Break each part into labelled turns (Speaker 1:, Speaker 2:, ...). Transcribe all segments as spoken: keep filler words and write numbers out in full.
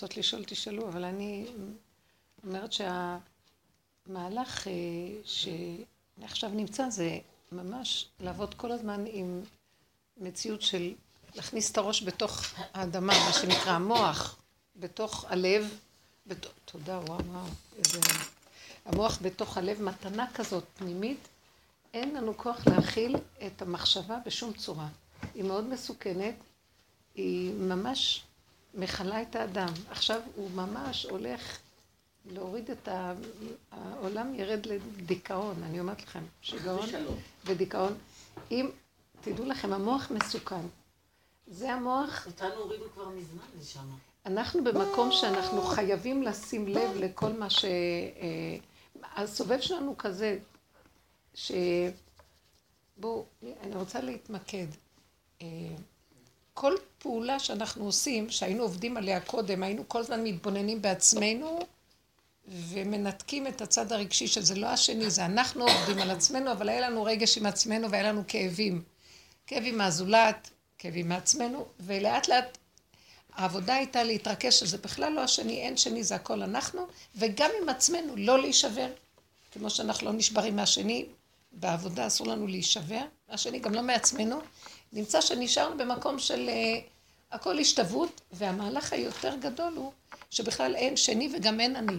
Speaker 1: רוצות לשאול, תשאלו, אבל אני אומרת שהמהלך שעכשיו נמצא זה ממש לעבוד כל הזמן עם מציאות של להכניס את הראש בתוך האדמה, מה שנקרא המוח, בתוך הלב, בת... תודה, וואו, וואו, איזה... המוח בתוך הלב, מתנה כזאת פנימית, אין לנו כוח להכיל את המחשבה בשום צורה. היא מאוד מסוכנת, היא ממש מחלה את האדם. עכשיו הוא ממש הולך להוריד את ה... העולם ירד לדיכאון, אני אומרת לכם, שיגעון ודיכאון. אם, תדעו לכם, המוח מסוכן. זה המוח...
Speaker 2: אותנו הורידו כבר מזמן לשם.
Speaker 1: אנחנו במקום שאנחנו חייבים לשים לב לכל מה ש... הסובב שלנו כזה, ש... בואו, אני רוצה להתמקד. כל פעולה שאנחנו עושים, שהיינו עובדים עליה קודם, היינו כל הזמן מתבוננים בעצמנו, ומנתקים את הצד הרגשי, שזה לא השני, זה אנחנו עובדים על עצמנו, אבל היה לנו רגש עם עצמנו, והיה לנו כאבים. כאבים מהזולת, כאבים מעצמנו, ולאט לאט העבודה הייתה להתרכז שזה בכלל לא השני, אין שני, זה הכל אנחנו, וגם עם עצמנו לא להישבר, כמו שאנחנו לא נשברים מהשני, בעבודה אסור לנו להישבר, השני גם לא מעצמנו, נמצא שנשארנו במקום של uh, הכל השתוות, והמהלך היותר גדול הוא שבכלל אין שני וגם אין אני.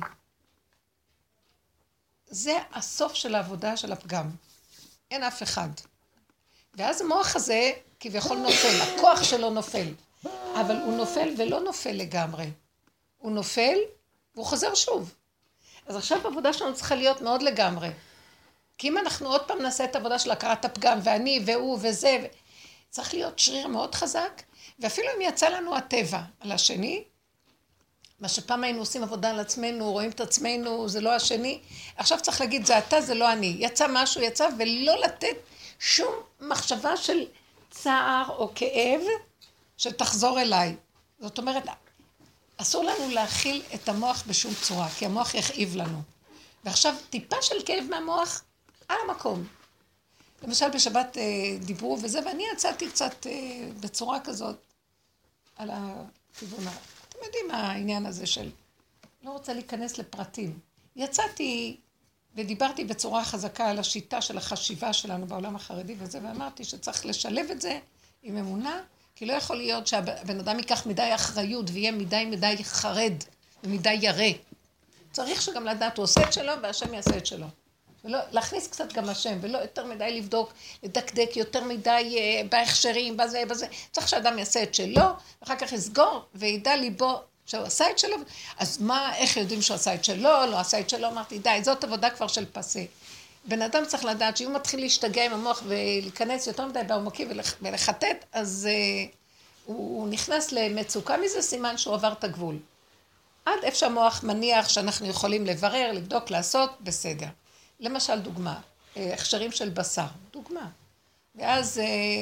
Speaker 1: זה הסוף של העבודה של הפגם, אין אף אחד. ואז המוח הזה כביכול נופל, הכוח שלו נופל. אבל הוא נופל ולא נופל לגמרי. הוא נופל והוא חוזר שוב. אז עכשיו העבודה שלנו צריכה להיות מאוד לגמרי. כי אם אנחנו עוד פעם נעשה את העבודה של הכרת הפגם, ואני והוא וזה, ו... צריך להיות שריר מאוד חזק, ואפילו אם יצא לנו הטבע על השני, מה שפעם היינו עושים עבודה על עצמנו, רואים את עצמנו, זה לא השני, עכשיו צריך להגיד, זה אתה, זה לא אני. יצא משהו, יצא, ולא לתת שום מחשבה של צער או כאב, שתחזור אליי. זאת אומרת, אסור לנו להכיל את המוח בשום צורה, כי המוח יכאיב לנו. ועכשיו, טיפה של כאב מהמוח, על המקום. למשל, בשבת אה, דיברו וזה, ואני יצאתי קצת אה, בצורה כזאת, על הכיוון. אתם יודעים מה העניין הזה של... לא רוצה להיכנס לפרטים. יצאתי ודיברתי בצורה חזקה על השיטה של החשיבה שלנו בעולם החרדי וזה, ואמרתי שצריך לשלב את זה עם אמונה, כי לא יכול להיות שהבן אדם ייקח מדי אחריות ויהיה מדי מדי חרד ומדי ירא. צריך שגם לדעת הוא עושה את שלו והשם יעשה את שלו. ולא, להכניס קצת גם השם, ולא יותר מדי לבדוק, לדקדק יותר מדי אה, בהכשרים, בזה, בזה. צריך שאדם יעשה את שלו, ואחר כך יסגור וידע ליבו שהוא עשה את שלו. אז מה, איך יודעים שהוא עשה את שלו, לא עשה את שלו? אמרתי, די, זאת עבודה כבר של פסה. בן אדם צריך לדעת שאם הוא מתחיל להשתגע עם המוח ולהיכנס יותר מדי בעומקים ולחטט, אז אה, הוא נכנס למצוקה מזה, סימן שהוא עבר את הגבול. עד איפה שהמוח מניח שאנחנו יכולים לברר, לבדוק, לעשות, בסדר. למשל דוגמה, הכשרים של בשר, דוגמה. ואז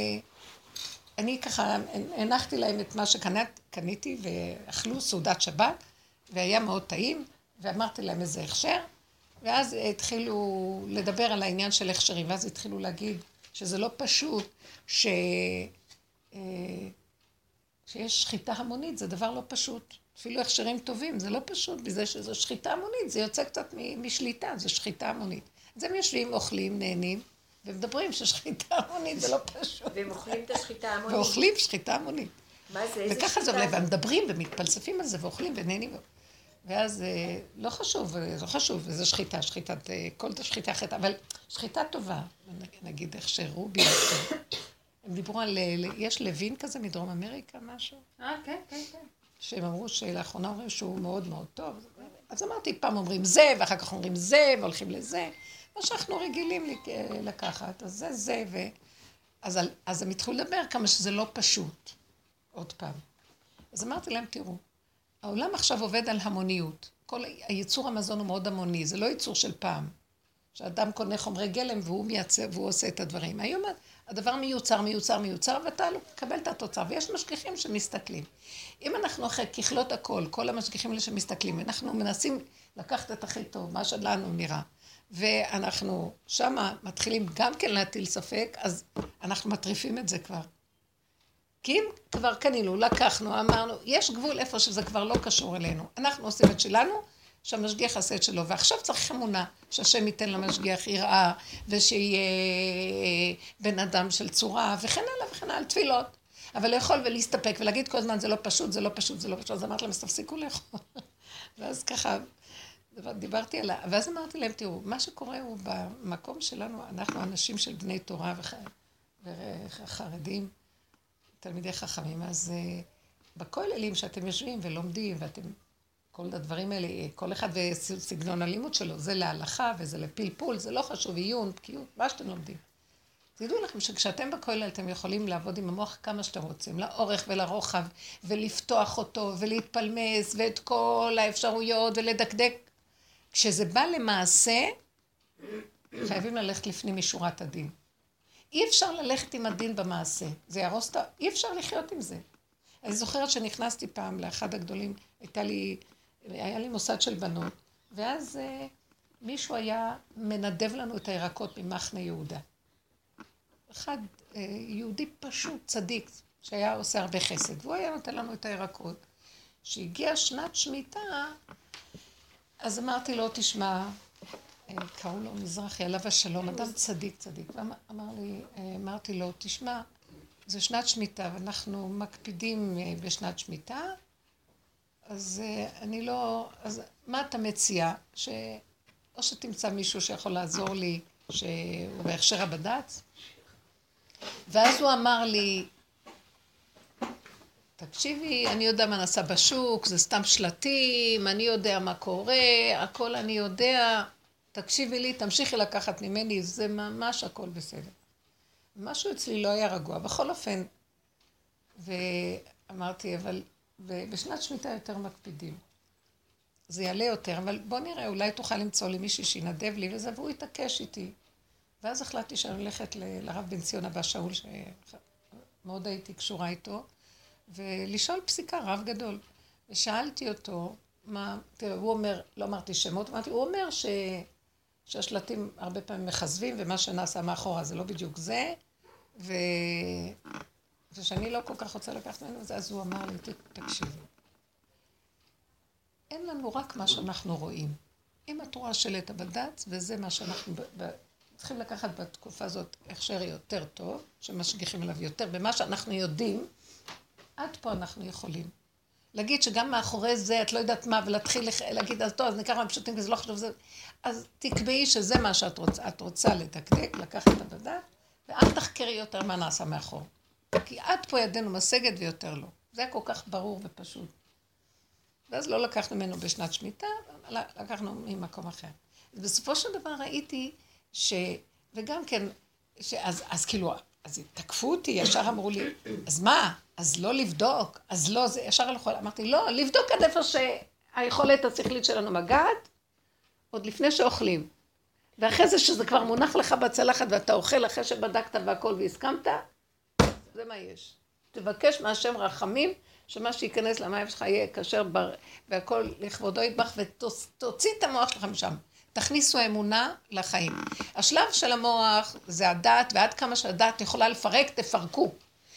Speaker 1: אני ככה הנחתי להם את מה שקניתי ואכלו סעודת שבת, והיה מאוד טעים, ואמרתי להם איזה הכשר, ואז התחילו לדבר על העניין של הכשרים, ואז התחילו להגיד שזה לא פשוט, ש... שיש שחיטה המונית, זה דבר לא פשוט. אפילו הכשרים טובים, זה לא פשוט, בזה שזו שחיטה המונית, זה יוצא קצת משליטה, זה שחיטה המונית. אז הם יושבים, אוכלים, נהנים, ומדברים ששחיטה המונית זה לא פשוט.
Speaker 2: והם אוכלים את השחיטה המונית.
Speaker 1: ואוכלים שחיטה המונית.
Speaker 2: מה זה, איזה
Speaker 1: וככה זה, והם מדברים ומתפלספים על זה, ואוכלים ונהנים. ואז לא חשוב, לא חשוב, זה שחיטה, שחיטת, כל שחיטה אחרת, אבל שחיטה טובה, נגיד איך שרובי, הם דיברו על, יש לוין כזה מדרום אמריקה, משהו?
Speaker 2: אה, כן, כן, כן.
Speaker 1: שהם אמרו שלאחרונה אומרים שהוא מאוד מאוד טוב. אז אמרתי, פעם אומרים זה, ואחר כך אומרים זה, והולכים לזה. מה שאנחנו רגילים לקחת, אז זה זה, ו... אז, אז הם התחילו לדבר כמה שזה לא פשוט. עוד פעם. אז אמרתי להם, תראו, העולם עכשיו עובד על המוניות. כל הייצור המזון הוא מאוד המוני, זה לא ייצור של פעם. שאדם קונה חומרי גלם והוא מייצר, והוא עושה את הדברים. היום הדבר מיוצר, מיוצר, מיוצר, ואתה מקבל את התוצר, ויש משגיחים שמסתכלים. אם אנחנו אחרי ככלות הכל, כל המשגיחים האלה שמסתכלים, אנחנו מנסים לקחת את הכי טוב, מה שלנו נראה, ואנחנו שמה מתחילים גם כן להטיל ספק, אז אנחנו מטריפים את זה כבר. כי אם כבר קנינו, לקחנו, אמרנו, יש גבול איפה שזה כבר לא קשור אלינו. אנחנו עושים את שלנו, שהמשגיח עשה את שלו, ועכשיו צריך אמונה שהשם ייתן למשגיח יראה, ושיהיה בן אדם של צורה, וכן הלאה וכן הלאה, תפילות. אבל לאכול ולהסתפק ולהגיד כל הזמן, זה לא פשוט, זה לא פשוט, זה לא פשוט, אז אמרתי להם, תפסיקו לאכול. ואז ככה, דיברתי עליו, ואז אמרתי להם, תראו, מה שקורה הוא במקום שלנו, אנחנו אנשים של בני תורה וחרדים, תלמידי חכמים, אז בכוללים שאתם יושבים ולומדים, ואתם, כל הדברים האלה, כל אחד וסגנון הלימוד שלו, זה להלכה וזה לפלפול, זה לא חשוב, עיון, בקיאות, מה שאתם לומדים. תדעו לכם שכשאתם בכולל אתם יכולים לעבוד עם המוח כמה שאתם רוצים, לאורך ולרוחב, ולפתוח אותו, ולהתפלמס, ואת כל האפשרויות, ולדקדק. כשזה בא למעשה, חייבים ללכת לפנים משורת הדין. אי אפשר ללכת עם הדין במעשה, זה ירוס את ה... אי אפשר לחיות עם זה. אני זוכרת שנכנסתי פעם לאחד הגדולים, הייתה לי, היה לי מוסד של בנות, ואז uh, מישהו היה מנדב לנו את הירקות ממחנה יהודה. אחד uh, יהודי פשוט, צדיק, שהיה עושה הרבה חסד, והוא היה נותן לנו את הירקות. שהגיעה שנת שמיטה, אז אמרתי לו, תשמע, קראו לו מזרחי, עליו השלום, אדם צדיק צדיק, ואמר לי, אמרתי לו, תשמע, זה שנת שמיטה, ואנחנו מקפידים בשנת שמיטה, אז אני לא, אז מה אתה מציע? ש... או שתמצא מישהו שיכול לעזור לי, שהוא בהכשר הבד"ץ? ואז הוא אמר לי, תקשיבי, אני יודע מה נעשה בשוק, זה סתם שלטים, אני יודע מה קורה, הכל אני יודע, תקשיבי לי, תמשיכי לקחת ממני, זה ממש הכל בסדר. משהו אצלי לא היה רגוע, בכל אופן. ואמרתי, אבל בשנת שמיטה יותר מקפידים. זה יעלה יותר, אבל בוא נראה, אולי תוכל למצוא לי מישהי שינדב לי וזה, והוא יתעקש איתי. ואז החלטתי שאני הולכת לרב בן ציון אבא שאול, שמאוד הייתי קשורה איתו, ולשאול פסיקה, רב גדול. ושאלתי אותו, מה, תראה, הוא אומר, לא אמרתי שמות, אמרתי, הוא אומר ש... שהשלטים הרבה פעמים מחזבים, ומה שנעשה מאחורה זה לא בדיוק זה, ו... ושאני לא כל כך רוצה לקחת ממנו, אז הוא אמר לי, תקשיבי. אין לנו רק מה שאנחנו רואים. אם התורה שלט הבד"ץ, וזה מה שאנחנו ב... ב... צריכים לקחת בתקופה הזאת הכשר יותר טוב, שמשגיחים עליו יותר, במה שאנחנו יודעים, עד פה אנחנו יכולים. להגיד שגם מאחורי זה, את לא יודעת מה, ולהתחיל להגיד, אז טוב, אז ניקח מהפשוטים, כי זה לא חשוב, זה... אז תקבעי שזה מה שאת רוצה, את רוצה לדקדק, לקחת את הבד"ץ, ואל תחקרי יותר מה נעשה מאחור. כי עד פה ידינו משגת ויותר לא. זה היה כל כך ברור ופשוט. ואז לא לקחנו ממנו בשנת שמיטה, לקחנו ממקום אחר. בסופו של דבר ראיתי ש... וגם כן, שאז, אז כאילו, אז תקפו אותי, ישר אמרו לי, אז מה? אז לא לבדוק, אז לא, זה ישר הלכו, אמרתי, לא, לבדוק עד איפה שהיכולת השכלית שלנו מגעת, עוד לפני שאוכלים. ואחרי זה שזה כבר מונח לך בצלחת ואתה אוכל אחרי שבדקת והכל והסכמת, זה מה יש. תבקש מהשם רחמים, שמה שייכנס למים שלך יהיה כשר בר, והכל לכבודו ידבח, ותוציא את המוח שלך משם. תכניסו אמונה לחיים. השלב של המוח זה הדעת, ועד כמה שהדעת יכולה לפרק, תפרקו.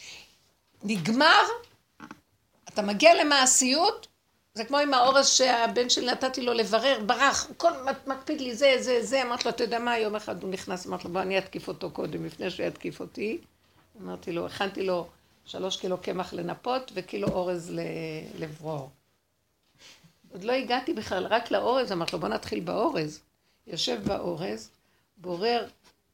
Speaker 1: נגמר, אתה מגיע למעשיות, זה כמו עם האורז שהבן שלי נתתי לו לברר, ברח, כל מקפיד לי זה, זה, זה, אמרת לו, אתה יודע מה, יום אחד הוא נכנס, אמרת לו, בוא, אני אתקיף אותו קודם, לפני שהוא יתקיף אותי. אמרתי לו, הכנתי לו שלוש קילו קמח לנפות, וקילו אורז לברור. עוד לא הגעתי בכלל, רק לאורז, אמרת לו, בוא נתחיל באורז. יושב באורז, בורר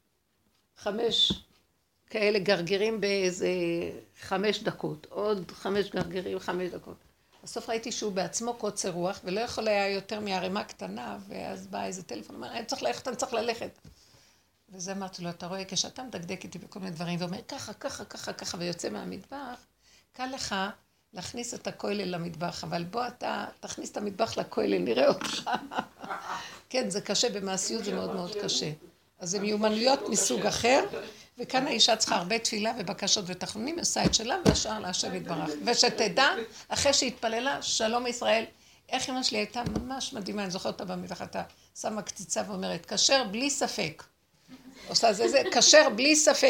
Speaker 1: חמש כאלה גרגירים באיזה חמש דקות, עוד חמש גרגירים, חמש דקות. בסוף ראיתי שהוא בעצמו קוצר רוח, ולא יכול היה יותר מהרמה קטנה, ואז בא איזה טלפון, אמר, אני צריך ללכת, אני צריך ללכת. וזה אמרתי לו, אתה רואה, כשאתה מדקדק איתי בכל מיני דברים, ואומר, ככה, ככה, ככה, ככה, ויוצא מהמטבח, קל לך להכניס את הכולל למטבח, אבל בוא אתה תכניס את המטבח לכולל, נראה אותך. כן, זה קשה, במעשיות זה מאוד מאוד קשה. אז זה מיומנויות מסוג אחר, וכאן האישה צריכה הרבה תפילה ובקשות ותחנונים, עושה את שלה, והשאר להשם יתברך. ושתדע, אחרי שהתפללה, שלום ישראל, איך אמא שלי הייתה ממש מדהימה, אני זוכרת אותה במטבח, אתה שמה קציצה ואומרת, כשר בלי ספק. עושה זה, זה, כשר בלי ספק.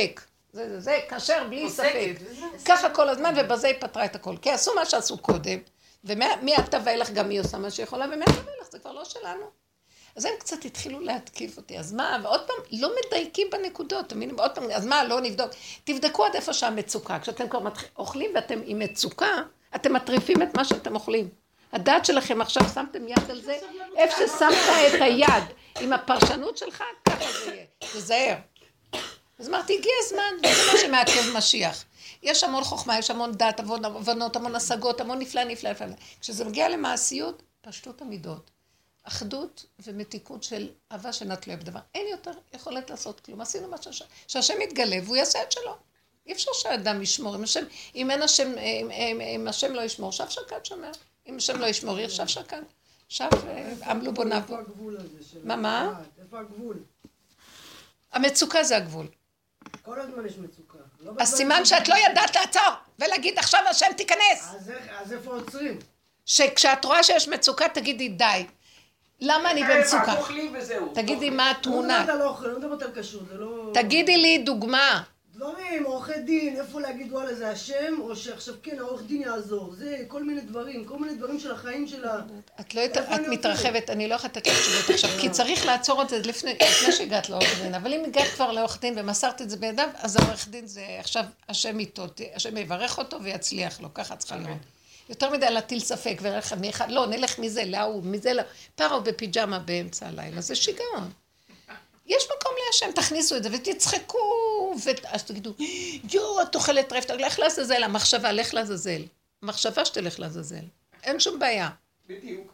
Speaker 1: זה, זה, זה, כשר בלי ספק. ככה כל הזמן, ובזה היא פתרה את הכל. כי עשו מה שעשו קודם, ומעתה ואילך גם היא עושה מה שיכולה, ומעתה ואילך זה כבר לא שלנו. אז הם קצת התחילו להתקיף אותי, אז מה, ועוד פעם, לא מדייקים בנקודות, עוד פעם, אז מה, לא נבדוק. תבדקו עד איפה שהמצוקה, כשאתם כבר אוכלים ואתם עם מצוקה, אתם מטריפים את מה שאתם אוכלים. הדעת שלכם עכשיו שמתם יד על זה, איפה ששמת את היד, עם הפרשנות שלך, ככה זה יהיה, תזהר. אז אמרתי, הגיע הזמן, וזה מה שמעכב משיח. יש המון חוכמה, יש המון דעת, המון הבנות, המון השגות, המון נפלא, נפלא, נפלא. כשזה מגיע למעשיות, פשטות המידות. אחדות ומתיקות של אהבה שנתלויה בדבר. אין יותר יכולת לעשות כלום. עשינו מה שהשם, שהשם יתגלה והוא יעשה את שלו. אי אפשר שהאדם ישמור. אם השם, אם אין השם, אם, אם, אם השם לא ישמור, שב שקד שומר. אם השם לא ישמור, ישב שקד. שב, עמלו בו נבו.
Speaker 3: איפה הגבול הזה של...
Speaker 1: מה, מה?
Speaker 3: איפה הגבול?
Speaker 1: המצוקה זה הגבול.
Speaker 3: כל הזמן יש מצוקה.
Speaker 1: הסימן שאת לא ידעת לעצור ולהגיד עכשיו השם תיכנס.
Speaker 3: אז איפה עוצרים?
Speaker 1: שכשאת רואה שיש מצוקה תגידי די. למה אני במצוקה? תגידי מה התמונה.
Speaker 3: לא לא מדברת על קשור, זה לא...
Speaker 1: תגידי לי דוגמה.
Speaker 3: דברים, עורכי דין, איפה להגיד וואלה זה השם, או שעכשיו כן העורך דין יעזור, זה כל מיני דברים, כל מיני דברים של החיים של ה...
Speaker 1: את לא יודעת, את מתרחבת, אני לא יכולה לתת לך תשובות עכשיו, כי צריך לעצור את זה לפני שהגעת לעורך דין, אבל אם הגעת כבר לעורך דין ומסרת את זה בידיו, אז העורך דין זה עכשיו השם איתו, השם יברך אותו ויצליח לו, ככה צריכה לראות. יותר מדי להטיל ספק, לא, נלך מזה להוא, מזה להוא, פרו בפיג'מה באמצע הלילה, זה שיגעון. יש מקום להשם, תכניסו את זה ותצחקו, אז תגידו, יו, את אוכלת טרפת, לך לעזאזל, המחשבה, לך לעזאזל. המחשבה שתלך לעזאזל. אין שום בעיה.
Speaker 4: בדיוק.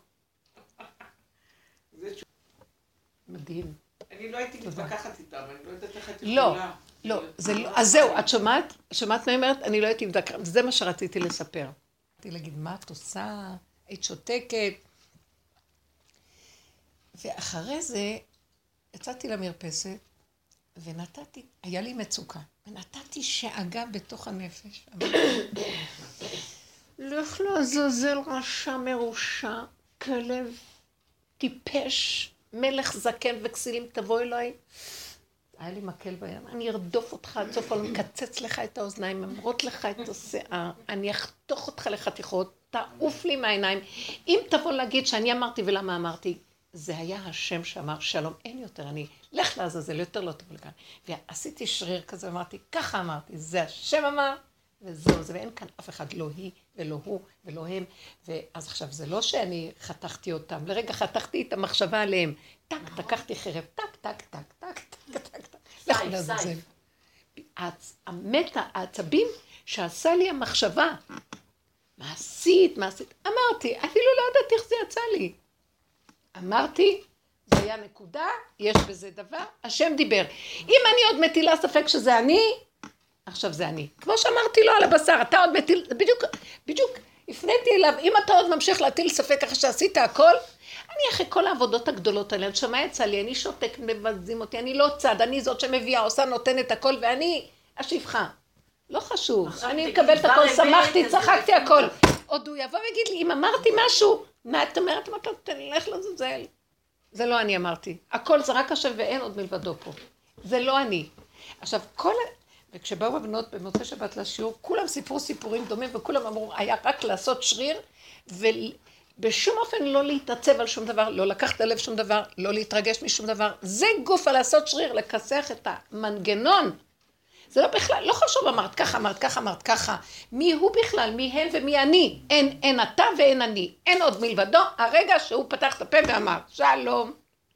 Speaker 1: מדהים.
Speaker 4: אני לא הייתי מתווכחת איתם, אני לא יודעת איך הייתי
Speaker 1: לא, לא, זה לא, אז זהו, את שומעת? שומעת מה היא אומרת? אני לא הייתי מתווכחת, זה מה שרציתי לספר. רציתי להגיד, מה את עושה? היית שותקת. ואחרי זה, יצאתי למרפסת, ונתתי, היה לי מצוקה, ונתתי שאגה בתוך הנפש. לך לעזאזל רשע מרושע, כלב טיפש, מלך זקן וכסילים, תבוא אליי. היה לי מקל בים, אני ארדוף אותך עד סוף, אני מקצץ לך את האוזניים, אמרות לך את השיער, אני אחתוך אותך לחתיכות, תעוף לי מהעיניים. אם תבוא להגיד שאני אמרתי ולמה אמרתי, זה היה השם שאמר שלום, אין יותר, אני לך לעזאזל, יותר לא תבוא לכאן. ועשיתי שריר כזה, אמרתי, ככה אמרתי, זה השם אמר, וזהו זה, ואין כאן אף אחד, לא היא ולא הוא ולא הם. ואז עכשיו, זה לא שאני חתכתי אותם, לרגע חתכתי את המחשבה עליהם. טק, תקחתי חרב, טק, טק, טק, טק, טק, טק, טק. לך לעזאזל. המטה, העצבים שעשה לי המחשבה, מה עשית, מה עשית? אמרתי, אפילו לא יודעת איך זה יצא לי. אמרתי, זה היה נקודה, יש בזה דבר, השם דיבר. אם אני עוד מטילה ספק שזה אני, עכשיו זה אני. כמו שאמרתי לו על הבשר, אתה עוד מטיל, בדיוק, בדיוק, הפניתי אליו, אם אתה עוד ממשיך להטיל ספק אחרי שעשית הכל, אני אחרי כל העבודות הגדולות האלה, שמה יצא לי, אני שותק, מבזים אותי, אני לא צד, אני זאת שמביאה, עושה, נותנת הכל, ואני השפחה. לא חשוב, אני מקבל את הכל, שמחתי, צחקתי הכל. עוד הוא יבוא ויגיד לי, אם אמרתי משהו, מה את אומרת? מה אתה תלך לזלזל? זה לא אני אמרתי. הכל זה רק השם ואין עוד מלבדו פה. זה לא אני. עכשיו, כל... וכשבאו הבנות במוצאי שבת לשיעור, כולם סיפרו סיפורים דומים, וכולם אמרו, היה רק לעשות שריר, ובשום אופן לא להתעצב על שום דבר, לא לקחת ללב שום דבר, לא להתרגש משום דבר. זה גוף על לעשות שריר, לכסח את המנגנון. זה לא בכלל, לא חשוב, אמרת ככה, אמרת ככה, אמרת ככה. מי הוא בכלל, מי הם ומי אני? אין, אין אתה ואין אני. אין עוד מלבדו, הרגע שהוא פתח את הפה ואמר, שלום.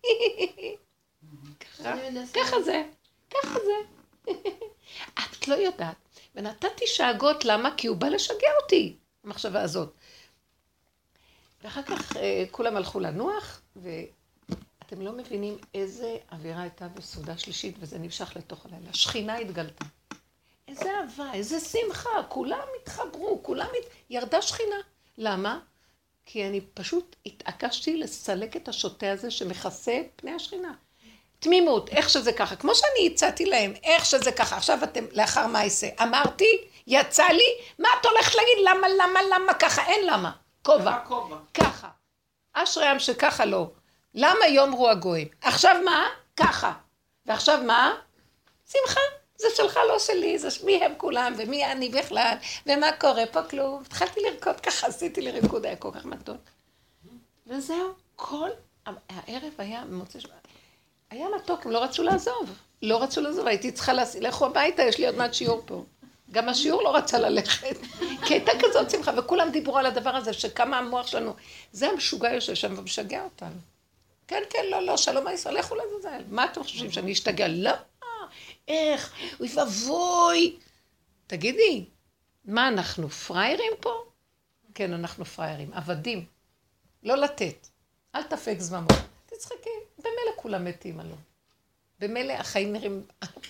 Speaker 1: ככה זה, ככה זה. את לא יודעת. ונתתי שאגות, למה? כי הוא בא לשגע אותי, המחשבה הזאת. ואחר כך כולם הלכו לנוח, ואתם לא מבינים איזה אווירה הייתה בסעודה שלישית, וזה נמשך לתוך הלילה. שכינה התגלתה. איזה אהבה, איזה שמחה, כולם התחברו, כולם הת... ירדה שכינה. למה? כי אני פשוט התעקשתי לסלק את השוטה הזה שמכסה פני השכינה. תמימות, איך שזה ככה, כמו שאני הצעתי להם, איך שזה ככה, עכשיו אתם, לאחר מה יעשה, אמרתי, יצא לי, מה את הולכת להגיד, למה, למה, למה, ככה, אין למה, כובע, ככה, אשרי עם שככה לא, למה יאמרו הגויים, עכשיו מה, ככה, ועכשיו מה, שמחה, זה שלך, לא שלי, זה מי הם כולם, ומי אני בכלל, ומה קורה פה כלום. התחלתי לרקוד ככה, עשיתי לי ריקוד, היה כל כך מתוק. וזהו, כל הערב היה מוצא שבא. היה מתוק, הם לא רצו לעזוב. לא רצו לעזוב, הייתי צריכה להסיע, לכו הביתה, יש לי עוד מעט שיעור פה. גם השיעור לא רצה ללכת. כי הייתה כזאת שמחה, וכולם דיברו על הדבר הזה, שכמה המוח שלנו, זה המשוגע יושב שם ומשגע אותנו. כן, כן, לא, לא, שלום הישראל, לכו לעזאזל. מה אתם חושבים, שאני אשתגע? לא, איך? אוי ואבוי. תגידי, מה אנחנו, פריירים פה? כן, אנחנו פריירים, עבדים. לא לתת. אל תפק זממות. תצחקי, במילא כולם מתים עלו. במילא החיים נראים,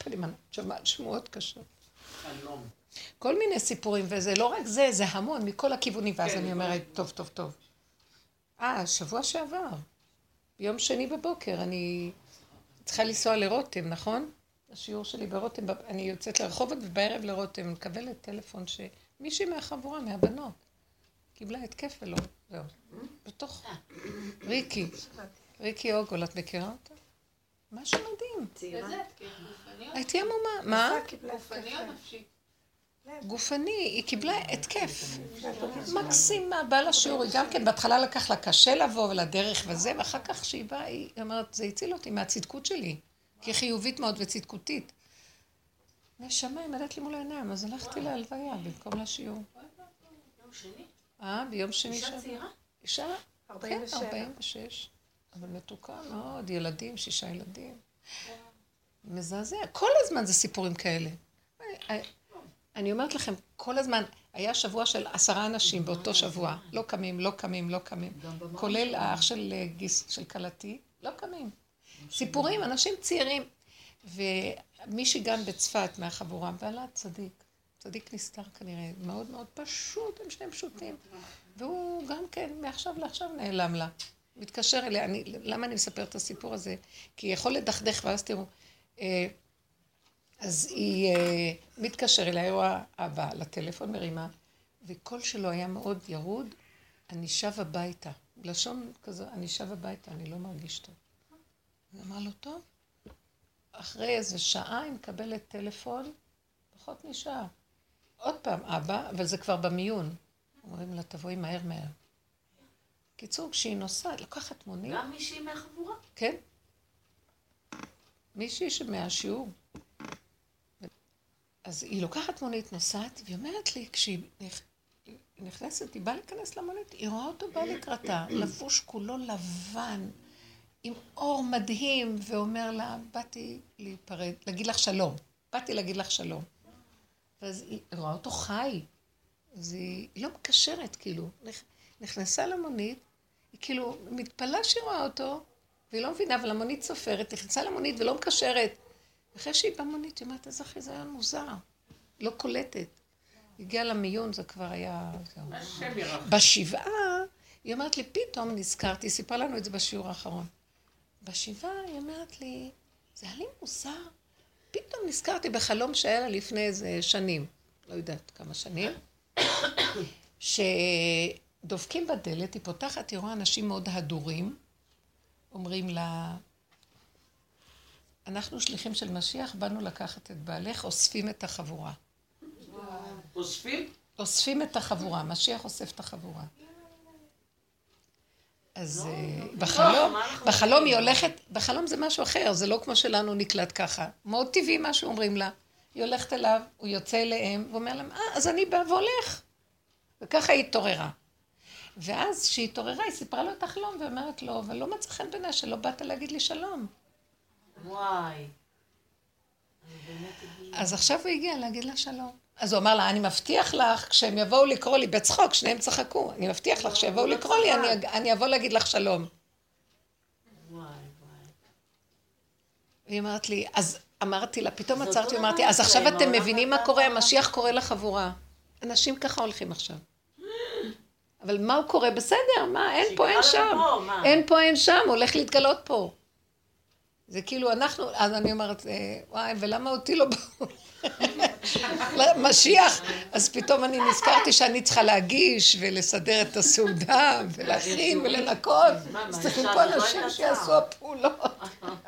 Speaker 1: שמועות קשות.
Speaker 4: חלום.
Speaker 1: כל מיני סיפורים, וזה לא רק זה, זה המון, מכל הכיוונים, ואז אני אומרת, טוב, טוב, טוב. אה, שבוע שעבר, ביום שני בבוקר, אני צריכה לנסוע לרותם, נכון? השיעור שלי ברותם, אני יוצאת לרחובות ובערב לרותם, מקבלת טלפון שמישהי מהחבורה, מהבנות, קיבלה התקף ולא, זהו. בתוך ריקי, ריקי אוגול, את מכירה אותה? משהו מדהים.
Speaker 2: צעירה.
Speaker 1: הייתי עמומה, מה?
Speaker 2: גופני או נפשי?
Speaker 1: גופני, היא קיבלה התקף. מקסימה, באה לשיעור, היא גם כן בהתחלה לקח לה קשה לבוא ולדרך וזה, ואחר כך שהיא באה, היא אומרת, זה הציל אותי מהצדקות שלי, כי היא חיובית מאוד וצדקותית. נשמה, היא מלאת לי מול העיניים, אז הלכתי להלוויה במקום לשיעור.
Speaker 2: יום שני?
Speaker 1: אה, ביום שני
Speaker 2: אישה
Speaker 1: שעבר.
Speaker 2: צעירה?
Speaker 1: אישה? כן, ארבעים ושש. אבל מתוקה מאוד, ילדים, שישה ילדים. מזעזע. כל הזמן זה סיפורים כאלה. אני אומרת לכם, כל הזמן, היה שבוע של עשרה אנשים באותו שבוע. לא קמים, לא קמים, לא קמים. כולל האח של גיס, של קלתי, לא קמים. סיפורים, אנשים צעירים. ומישהי גם בצפת מהחבורה, בעלה צדיק. צדיק נסתר כנראה, מאוד מאוד פשוט, הם שניהם פשוטים. והוא גם כן, מעכשיו לעכשיו נעלם לה. מתקשר אליה, אני, למה אני מספר את הסיפור הזה? כי יכול לדכדך, ואז תראו, אה, אז היא אה, מתקשר אליה, הוא האבא, לטלפון מרימה, וקול שלו היה מאוד ירוד, אני שב הביתה. לשון כזו, אני שב הביתה, אני לא מרגיש טוב. הוא אמר לו, טוב, אחרי איזה שעה היא מקבלת טלפון, פחות משעה. עוד פעם, אבא, אבל זה כבר במיון. אומרים לה, תבואי מהר מהר. קיצור, כשהיא נוסעת, לקחת מונית.
Speaker 2: גם מישהי מהחבורה?
Speaker 1: כן. מישהי שמהשיעור. אז היא לוקחת מונית, נוסעת, והיא אומרת לי, כשהיא נכנסת, היא באה להיכנס למונית, היא רואה אותו בא לקראתה, לבוש כולו לבן, עם אור מדהים, ואומר לה, באתי להיפרד, להגיד לך שלום. באתי להגיד לך שלום. ואז היא רואה אותו חי. אז היא לא מקשרת, כאילו. נכנסה למונית, היא כאילו מתפלה שהיא רואה אותו, והיא לא מבינה, אבל המונית סופרת, נכנסה למונית ולא מקשרת. אחרי שהיא במונית, היא אומרת, איזה חיזיון מוזר. לא קולטת. הגיעה למיון, זה כבר היה... בשבעה, היא אומרת לי, פתאום נזכרתי, היא סיפרה לנו את זה בשיעור האחרון. בשבעה היא אומרת לי, זה היה לי מוזר. פתאום נזכרתי בחלום שהיה לה לפני איזה שנים, לא יודעת כמה שנים, שדופקים בדלת, היא פותחת, היא רואה אנשים מאוד הדורים, אומרים לה, אנחנו שליחים של משיח, באנו לקחת את בעלך, אוספים את החבורה.
Speaker 4: אוספים?
Speaker 1: אוספים את החבורה, משיח אוסף את החבורה. אז בחלום, בחלום היא הולכת, בחלום זה משהו אחר, זה לא כמו שלנו נקלט ככה. מאוד טבעי מה שאומרים לה. היא הולכת אליו, הוא יוצא אליהם, ואומר להם, אה, אז אני בא והולך. וככה היא התעוררה. ואז כשהיא התעוררה, היא סיפרה לו את החלום, ואומרת לו, אבל לא מצא חן בעיניי שלא באת להגיד לי שלום.
Speaker 2: וואי.
Speaker 1: אז עכשיו הוא הגיע להגיד לה שלום. אז הוא אמר לה, אני מבטיח לך, כשהם יבואו לקרוא לי בצחוק, שניהם צחקו, אני מבטיח לך, כשיבואו לקרוא לי, אני, אני אבוא להגיד לך שלום.
Speaker 2: וואי, וואי.
Speaker 1: והיא אמרת לי, אז אמרתי לה, פתאום עצרתי, אמרתי, אז עכשיו אתם מבינים מה קורה, המשיח קורא לחבורה. אנשים ככה הולכים עכשיו. אבל מה הוא קורא? בסדר, מה? אין פה, אין שם. אין פה, אין שם, הולך להתגלות פה. זה כאילו אנחנו, אז אני אומרת, וואי, ולמה אותי לא באו? משיח. אז פתאום אני נזכרתי שאני צריכה להגיש ולסדר את הסעודה ולהכין ולנקות. אז צריכים פה אנשים שיעשו הפעולות.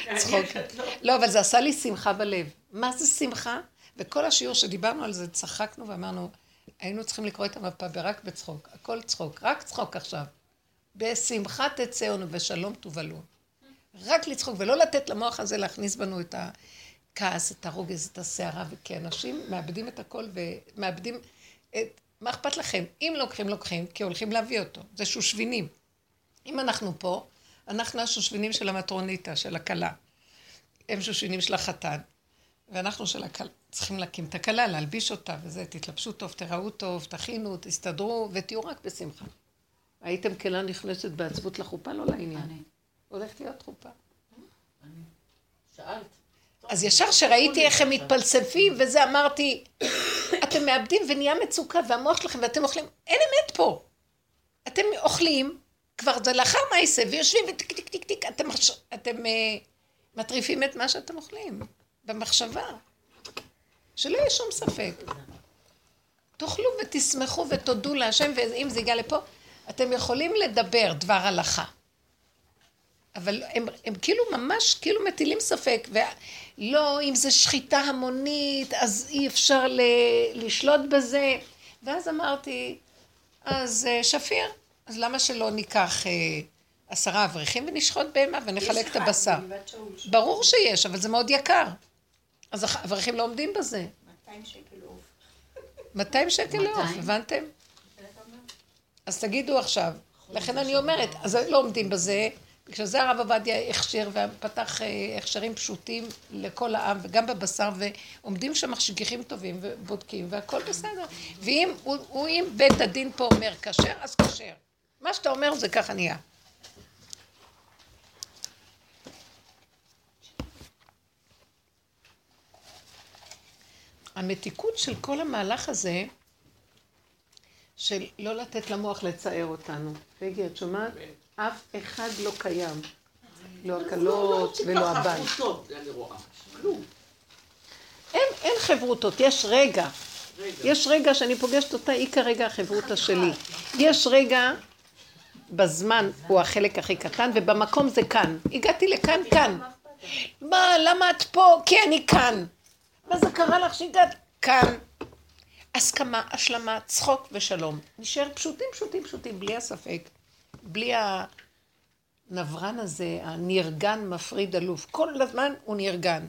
Speaker 1: צחוק. לא, אבל זה עשה לי שמחה בלב. מה זה שמחה? וכל השיעור שדיברנו על זה, צחקנו ואמרנו, היינו צריכים לקרוא את המפה ברק בצחוק. הכל צחוק, רק צחוק עכשיו. בשמחה תצאנו ושלום תובלו. רק לצחוק ולא לתת למוח הזה להכניס בנו את הכעס, את הרוגז, את הסערה, כי אנשים מאבדים את הכל ומאבדים את... מה אכפת לכם? אם לוקחים, לוקחים, כי הולכים להביא אותו. זה שושבינים. אם אנחנו פה, אנחנו השושבינים של המטרוניטה, של הכלה. הם שושבינים של החתן. ואנחנו של הכלה. צריכים להקים את הכלה, להלביש אותה, וזה, תתלבשו טוב, תראו טוב, תכינו, תסתדרו, ותהיו רק בשמחה. הייתם כלה נכנסת בעצבות לחופה? לא לעניין.
Speaker 2: אני.
Speaker 1: הולכת להיות חופה.
Speaker 2: אני. שאלת.
Speaker 1: אז ישר שראיתי איך הם מתפלספים, וזה אמרתי, אתם מאבדים ונהיה מצוקה, והמוח שלכם, ואתם אוכלים, אין אמת פה. אתם אוכלים, כבר זה לאחר מעשה, ויושבים וטיק טיק טיק טיק, אתם, אתם אה, מטריפים את מה שאתם אוכלים, במחשבה. שלא יהיה שום ספק. תאכלו ותשמחו ותודו להשם, ואם זה יגיע לפה, אתם יכולים לדבר דבר הלכה. אבל הם, הם כאילו ממש כאילו מטילים ספק, ולא, אם זה שחיטה המונית, אז אי אפשר ל, לשלוט בזה. ואז אמרתי, אז שפיר, אז למה שלא ניקח אה, עשרה אברכים ונשחוט בהמה ונחלק את הבשר? ברור שיש, אבל זה מאוד יקר. אז האברכים לא עומדים בזה.
Speaker 5: מאתיים שקל עוף.
Speaker 1: מאתיים שקל לעוף, הבנתם? אז תגידו עכשיו, לכן אני אומרת, אז לא עומדים בזה, כשזה הרב עובדיה הכשיר ופתח הכשרים פשוטים לכל העם וגם בבשר, ועומדים שם משגיחים טובים ובודקים והכל בסדר. ואם הוא, הוא, אם בית הדין פה אומר כשר, אז כשר. מה שאתה אומר זה ככה נהיה. המתיקות של כל המהלך הזה, של לא לתת למוח לצער אותנו. רגע, את שומעת? אף אחד לא קיים. לא הקלות ולא הבן. אין, אין חברותות, יש רגע. יש רגע שאני פוגשת אותה, היא כרגע החברותה שלי. יש רגע, בזמן הוא החלק הכי קטן, ובמקום זה כאן. הגעתי לכאן, כאן. מה, למה את פה? כי אני כאן. מה זה קרה לך שהגעת? כאן. הסכמה, השלמה, צחוק ושלום. נשאר פשוטים, פשוטים, פשוטים, בלי הספק. בלי הנברן הזה, הנרגן מפריד אלוף. כל הזמן הוא נרגן.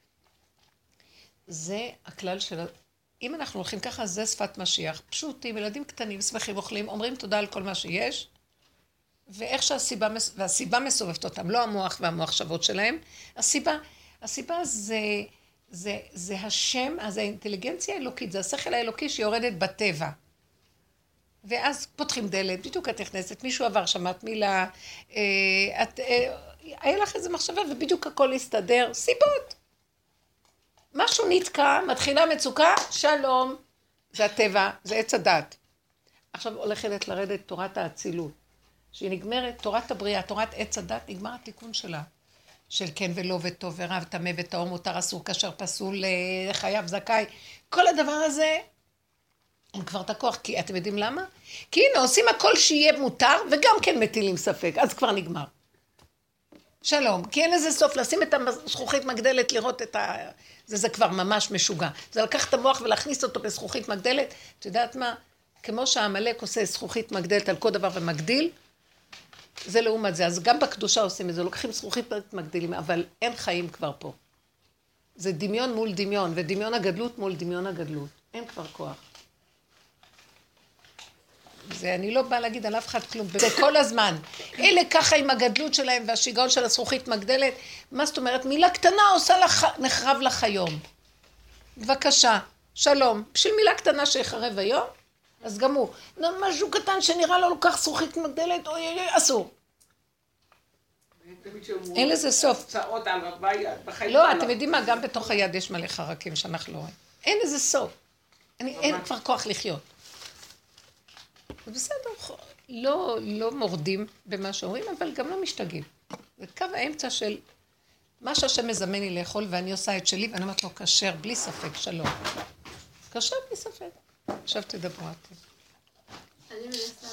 Speaker 1: זה הכלל של... אם אנחנו הולכים ככה, זה שפת משיח. פשוטים, ילדים קטנים, שמחים, אוכלים, אומרים תודה על כל מה שיש, ואיך שהסיבה, והסיבה מסובבת אותם, לא המוח והמוחשבות שלהם. הסיבה, הסיבה זה... זה, זה השם, אז האינטליגנציה האלוקית, זה השכל האלוקי שיורדת בטבע. ואז פותחים דלת, בדיוק את נכנסת, מישהו עבר, שמעת מילה, אה, את, אה, היה לך איזה מחשבה ובדיוק הכל הסתדר, סיבות. משהו נתקע, מתחילה מצוקה, שלום, זה הטבע, זה עץ הדת. עכשיו הולכת לרדת תורת האצילות, שהיא נגמרת, תורת הבריאה, תורת עץ הדת, נגמר התיקון שלה. של כן ולא וטוב ורע וטמא וטהור מותר אסור כאשר פסול חייב זכאי. כל הדבר הזה, אין כבר את הכוח, כי אתם יודעים למה? כי הנה עושים הכל שיהיה מותר וגם כן מטילים ספק, אז כבר נגמר. שלום, כי אין לזה סוף, לשים את הזכוכית מגדלת, לראות את ה... זה, זה כבר ממש משוגע. זה לקח את המוח ולהכניס אותו בזכוכית מגדלת, את יודעת מה? כמו שהעמלק עושה זכוכית מגדלת על כל דבר ומגדיל, זה לעומת זה, אז גם בקדושה עושים את זה, לוקחים זכוכית מגדילים, אבל אין חיים כבר פה. זה דמיון מול דמיון, ודמיון הגדלות מול דמיון הגדלות. אין כבר כוח. זה, אני לא באה להגיד על אף אחד כלום, זה כל הזמן. אלה ככה עם הגדלות שלהם והשיגעון של הזכוכית מגדלת, מה זאת אומרת? מילה קטנה עושה לך, נחרב לך היום. בבקשה, שלום. בשביל מילה קטנה שיחרב היום, אז גם הוא, משהו קטן שנראה לו לוקח זכוכית מגדלת, אוי אוי אוי, אסור. אין לזה סוף. לא, אתם יודעים מה, גם בתוך היד יש מלא חרקים שאנחנו לא רואים. אין לזה סוף. אין כבר כוח לחיות. זה בסדר, לא, לא מורדים במה שאומרים, אבל גם לא משתגעים. זה קו האמצע של מה שהשם מזמן לי לאכול, ואני עושה את שלי, ואני אומרת לו, כשר, בלי ספק, שלום. כשר בלי ספק. עכשיו תדברו אתם.
Speaker 5: אני מנסה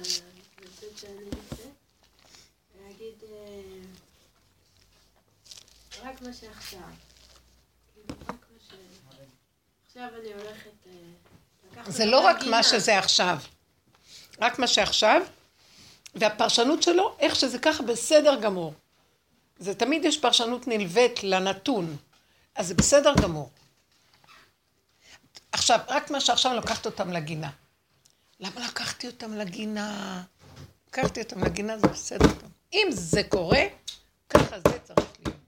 Speaker 5: בנושא שאני נמצאת, להגיד, רק מה שעכשיו. כאילו, רק מה ש... עכשיו אני הולכת... אה, לקחת
Speaker 1: זה
Speaker 5: אותם
Speaker 1: לא רק
Speaker 5: לגינה.
Speaker 1: מה שזה עכשיו. רק מה שעכשיו, והפרשנות שלו, איך שזה ככה בסדר גמור. זה תמיד יש פרשנות נלווית לנתון, אז זה בסדר גמור. עכשיו, רק מה שעכשיו לקחת אותם לגינה. למה לקחתי אותם לגינה? לקחתי אותם לגינה, זה בסדר גמור. אם זה קורה, ככה זה צריך להיות.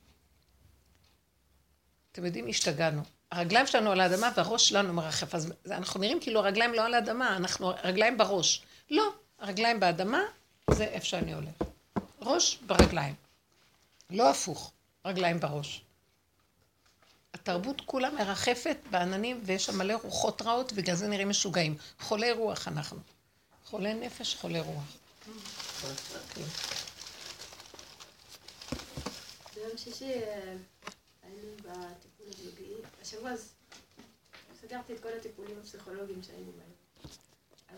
Speaker 1: אתם יודעים, השתגענו. הרגליים שלנו על האדמה והראש שלנו מרחף. אז אנחנו נראים כאילו הרגליים לא על האדמה, אנחנו הרגליים בראש. לא, הרגליים באדמה, זה איפה שאני הולך. ראש ברגליים. לא הפוך, רגליים בראש. התרבות כולה מרחפת בעננים ויש שם מלא רוחות רעות, בגלל זה נראים משוגעים. חולי רוח אנחנו. חולי נפש, חולי רוח.
Speaker 5: ביום שישי היינו בטיפול הזוגי. השבוע אז סגרתי את כל הטיפולים הפסיכולוגיים שהיינו בהם. אז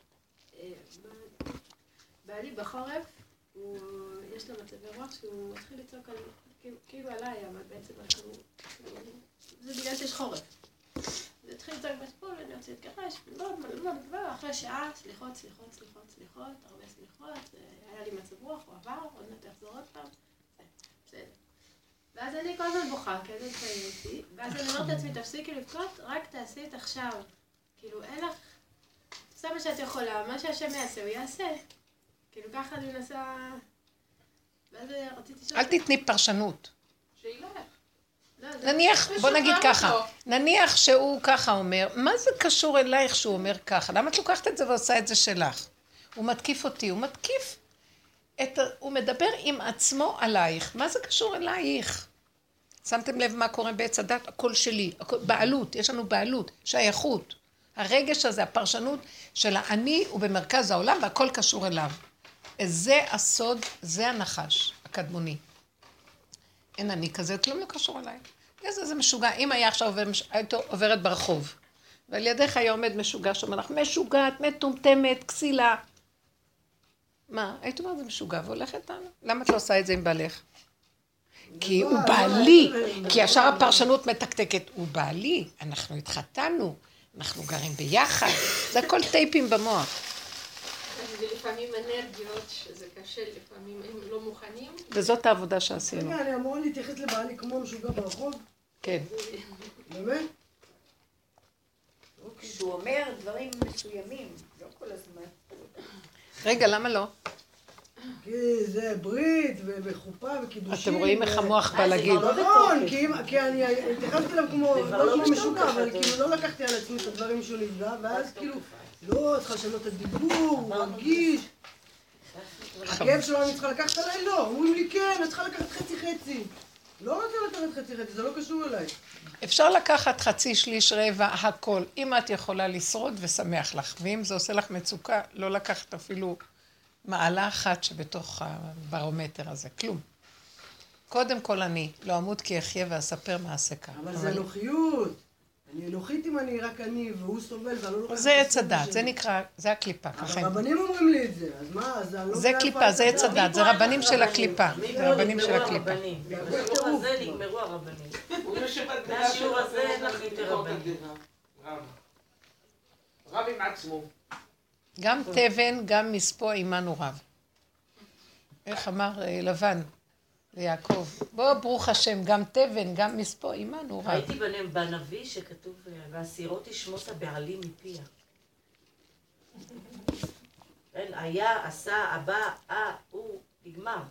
Speaker 5: בעלי בחורף, יש לו מצבי רוח שהוא מתחיל לצעוק על... כאילו עליי, אבל בעצם אנחנו... זה בגלל שיש חורף. זה התחיל לצעוק בספול, ואני רוצה להתגרש, לא, לא, לא, אחרי שעה, סליחות, סליחות, סליחות, סליחות, הרבה סליחות, היה לי מצב רוח, הוא עבר, עוד מעט יחזור עוד פעם, בסדר. ואז אני כל הזמן בוכה, כי אני התחייבתי, ואז אני אומרת לעצמי, תפסיקי לבכות, רק תעשי את עכשיו. כאילו, אין לך... עושה מה שאת יכולה, מה שהשם יעשה, הוא יעשה. כאילו, ככה אני מנסה... ואז רציתי שואל...
Speaker 1: אל תתני פרשנות.
Speaker 2: שילך.
Speaker 1: נניח, בוא נגיד ככה, נניח שהוא ככה אומר, מה זה קשור אלייך שהוא אומר ככה? למה את לוקחת את זה ועושה את זה שלך? הוא מתקיף אותי, הוא מתקיף, את, הוא מדבר עם עצמו עלייך, מה זה קשור אלייך? שמתם לב מה קורה בעץ הדת? הכל שלי, הכל, בעלות, יש לנו בעלות, שייכות. הרגש הזה, הפרשנות של האני הוא במרכז העולם והכל קשור אליו. זה הסוד, זה הנחש הקדמוני. אין אני כזה, כלום לא קשור אליי. איזה זה משוגע. אם היה עכשיו עובר, היית עוברת ברחוב, ועל ידך היה עומד משוגע שאומר לך, משוגעת, מטומטמת, כסילה. מה? היית אומרת, זה משוגע, והולכת לנו. למה את לא עושה את זה עם בעלך? כי הוא בעלי, כי ישר הפרשנות מתקתקת. הוא בעלי, אנחנו התחתנו, אנחנו גרים ביחד. זה הכל טייפים במוח.
Speaker 5: ולפעמים אנרגיות, שזה קשה, לפעמים הם לא מוכנים.
Speaker 1: וזאת העבודה שעשינו.
Speaker 3: רגע, אני אמורה להתייחס לבעלי כמו משוגע ברחוב?
Speaker 1: כן.
Speaker 3: באמת?
Speaker 6: כשהוא אומר דברים מסוימים, לא כל הזמן.
Speaker 1: רגע, למה לא?
Speaker 3: כי זה ברית ובחופה וקידושים.
Speaker 1: אתם רואים איך המוח בא להגיד.
Speaker 3: נכון, כי אני התייחסתי אליו כמו משוגע, אבל כאילו לא לקחתי על עצמי את הדברים שהוא נפגע, ואז כאילו, לא, צריכה לשנות את הדיבור, הוא מרגיש. הכאב שלו אני צריכה לקחת עליי? לא, אומרים לי כן, אני צריכה לקחת חצי חצי. לא רוצה לקחת חצי חצי, זה לא קשור אליי.
Speaker 1: אפשר לקחת חצי שליש רבע, הכל, אם את יכולה לשרוד ושמח לך, ואם זה עושה לך מצוקה, לא לקחת אפילו מעלה אחת שבתוך הברומטר הזה, כלום. קודם כל אני, לא אמות כי אחיה ואספר מעשה כאן.
Speaker 3: אבל זה אנוכיות. אני אנוכית אם אני רק אני, והוא סובל, ואני לא לוקחת...
Speaker 1: זה עץ הדת, זה נקרא, זה הקליפה.
Speaker 3: אבל רבנים אומרים לי את זה, אז מה, אז אני לא...
Speaker 1: זה קליפה, זה עץ הדת, זה רבנים של הקליפה. זה רבנים של הקליפה.
Speaker 2: בשיעור הזה נגמרו הרבנים. מהשיעור הזה אין לך יותר רבנים.
Speaker 4: רב עם עצמו.
Speaker 1: גם תבן, גם מספו עמנו רב. איך אמר לבן ליעקב? בוא ברוך השם, גם תבן, גם מספו עמנו רב.
Speaker 2: ראיתי בנביא שכתוב, והסירות תשמוס הבעלים מפיה. היה, עשה, הבא, אה, הוא, נגמר.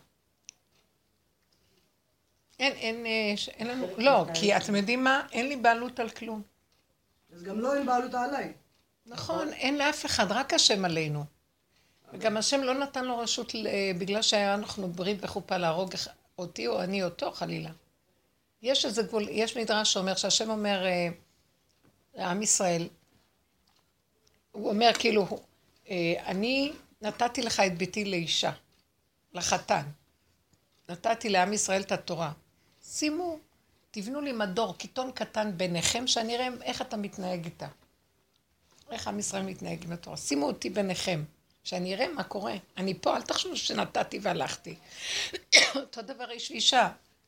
Speaker 1: אין, אין, אין לנו, לא, כי אתם יודעים מה? אין לי בעלות על כלום.
Speaker 3: אז גם לא אין בעלות עליי.
Speaker 1: נכון, אין לאף אחד, רק השם עלינו. וגם השם לא נתן לו רשות, בגלל שאנחנו ברית בחופה להרוג אותי או אני אותו, חלילה. יש איזה גבול, יש מדרש שאומר, שהשם אומר, לעם ישראל, הוא אומר כאילו, אני נתתי לך את ביתי לאישה, לחתן. נתתי לעם ישראל את התורה. שימו, תבנו לי מדור, קיטון קטן ביניכם, שאני אראה איך אתה מתנהג איתה. איך עם ישראל מתנהג עם התורה. שימו אותי ביניכם, שאני אראה מה קורה. אני פה, אל תחשבו שנתתי והלכתי. אותו דבר איש ואישה.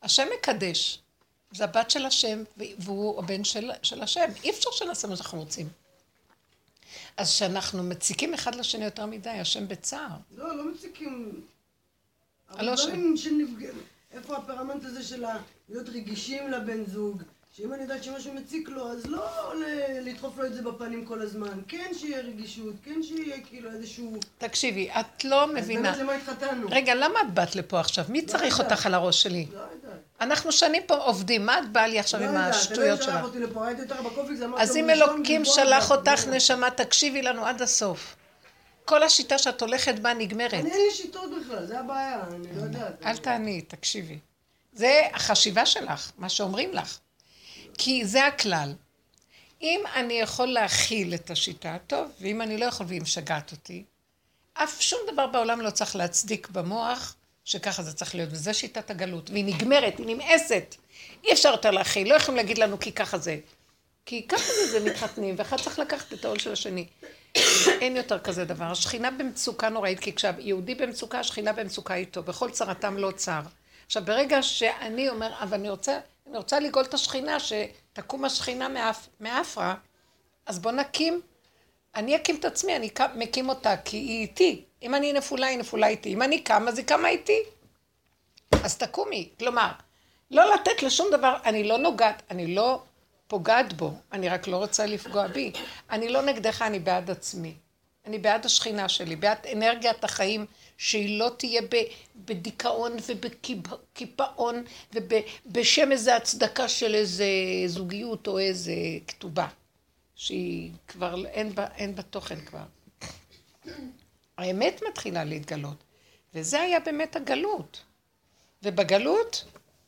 Speaker 1: השם מקדש. זה הבת של השם, והוא הבן של, של השם. אי אפשר שנעשה מה שאנחנו רוצים. אז כשאנחנו מציקים אחד לשני יותר מדי, השם בצער.
Speaker 3: לא, לא מציקים.
Speaker 1: לא
Speaker 3: אבל דברים שנפגעים. איפה הפרמנט הזה של להיות רגישים לבן זוג? שאם אני יודעת שמשהו מציק לו, אז לא לדחוף לו את זה בפנים כל הזמן. כן שיהיה רגישות, כן שיהיה כאילו איזשהו...
Speaker 1: תקשיבי, את לא מבינה.
Speaker 3: אז באמת למה התחתנו?
Speaker 1: רגע, למה את באת לפה עכשיו? מי צריך אותך על הראש שלי?
Speaker 3: לא יודעת.
Speaker 1: אנחנו שנים פה עובדים, מה את באה לי עכשיו עם השטויות שלך?
Speaker 3: לא יודעת, אתה לא שלח אותי לפה, הייתי יותר בקופיקס, אמרת...
Speaker 1: אז אם אלוקים שלח אותך נשמה, תקשיבי לנו עד הסוף. כל השיטה שאת הולכת בה נגמרת.
Speaker 3: אני אין לי שיטות בכלל, זה הבעיה, אני לא יודעת.
Speaker 1: אל תעני, תקשיבי. זה החשיבה שלך, מה שאומרים לך. כי זה הכלל. אם אני יכול להכיל את השיטה, טוב, ואם אני לא יכול והיא משגעת אותי, אף שום דבר בעולם לא צריך להצדיק במוח שככה זה צריך להיות, וזה שיטת הגלות, והיא נגמרת, היא נמאסת. אי אפשר יותר להכיל, לא יכולים להגיד לנו כי ככה זה. כי ככה זה, זה מתחתנים, ואחד צריך לקחת את העול של השני. אין יותר כזה דבר. השכינה במצוקה נוראית, כי כשיהודי במצוקה, השכינה במצוקה איתו, בכל צרתם לא צר. עכשיו, ברגע שאני אומר, אבל אני רוצה, אני רוצה לגאול את השכינה, שתקום השכינה מאפ, מאפרה, אז בוא נקים, אני אקים את עצמי, אני מקים אותה, כי היא איתי. אם אני נפולה, היא נפולה איתי. אם אני קם, אז היא קמה איתי. אז תקומי. כלומר, לא לתת לשום דבר, אני לא נוגעת, אני לא פוגעת בו, אני רק לא רוצה לפגוע בי. אני לא נגדך, אני בעד עצמי. אני בעד השכינה שלי, בעד אנרגיית החיים, שהיא לא תהיה בדיכאון ובקיפאון, ובשם איזה הצדקה של איזה זוגיות או איזה כתובה, שהיא כבר אין בה, אין בה תוכן כבר. האמת מתחילה להתגלות, וזה היה באמת הגלות. ובגלות,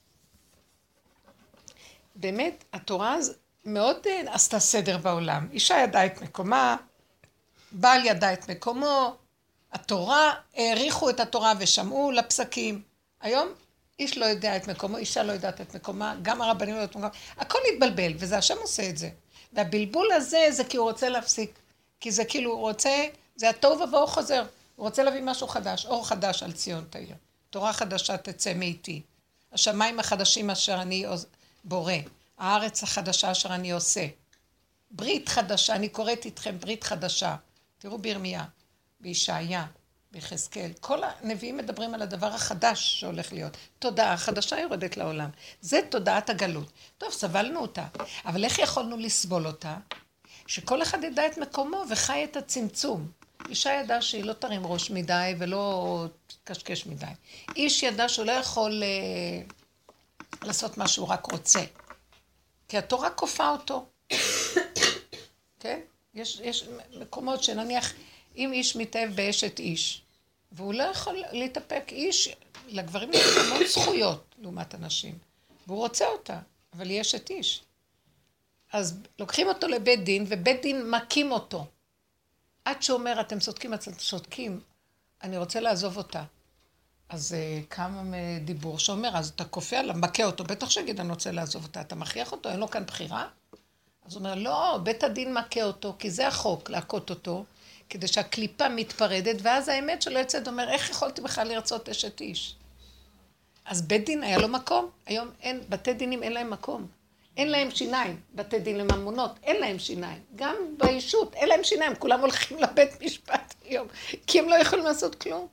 Speaker 1: באמת, התורה מאוד עשתה סדר בעולם. אישה ידעה את מקומה, בעל ידע את מקומו, התורה, העריכו את התורה ושמעו לפסקים. היום איש לא יודע את מקומו, אישה לא יודעת את מקומה, גם הרבנים לא יודעת את מקומה, הכל מתבלבל, וזה השם עושה את זה. והבלבול הזה זה כי הוא רוצה להפסיק, כי זה כאילו הוא רוצה, זה התוהו ובוהו חוזר, הוא רוצה להביא משהו חדש, אור חדש על ציון תאיר, תורה חדשה תצא מאיתי, השמיים החדשים אשר אני בורא, הארץ החדשה אשר אני עושה, ברית חדשה, אני קוראת איתכם ברית חדשה, תראו בירמיה, בישעיה, ביחזקאל, כל הנביאים מדברים על הדבר החדש שהולך להיות. תודעה חדשה יורדת לעולם. זה תודעת הגלות. טוב, סבלנו אותה, אבל איך יכולנו לסבול אותה? שכל אחד ידע את מקומו וחי את הצמצום. אישה ידעה שהיא לא תרים ראש מדי ולא תקשקש מדי. איש ידע שהוא לא יכול אה, לעשות מה שהוא רק רוצה. כי התורה כופה אותו. כן? יש, יש מקומות שנניח, אם איש מתאהב באשת איש, והוא לא יכול להתאפק, איש, לגברים יש המון זכויות לעומת אנשים, והוא רוצה אותה, אבל היא אשת איש. אז לוקחים אותו לבית דין, ובית דין מקים אותו. עד שאומר, אתם צודקים, אתם צודקים, אני רוצה לעזוב אותה. אז קם דיבור שאומר, אז אתה כופה עליו, מכה אותו, בטח שיגיד, אני רוצה לעזוב אותה, אתה מכריח אותו, אין לו כאן בחירה? אז הוא אומר, לא, בית הדין מכה אותו, כי זה החוק, להכות אותו, כדי שהקליפה מתפרדת, ואז האמת שלא יצאת, אומר, איך יכולתי בכלל לרצות אשת איש? אז בית דין היה לו מקום, היום אין, בתי דינים אין להם מקום, אין להם שיניים, בתי דין לממונות, אין להם שיניים, גם באישות, אין להם שיניים, כולם הולכים לבית משפט היום, כי הם לא יכולים לעשות כלום.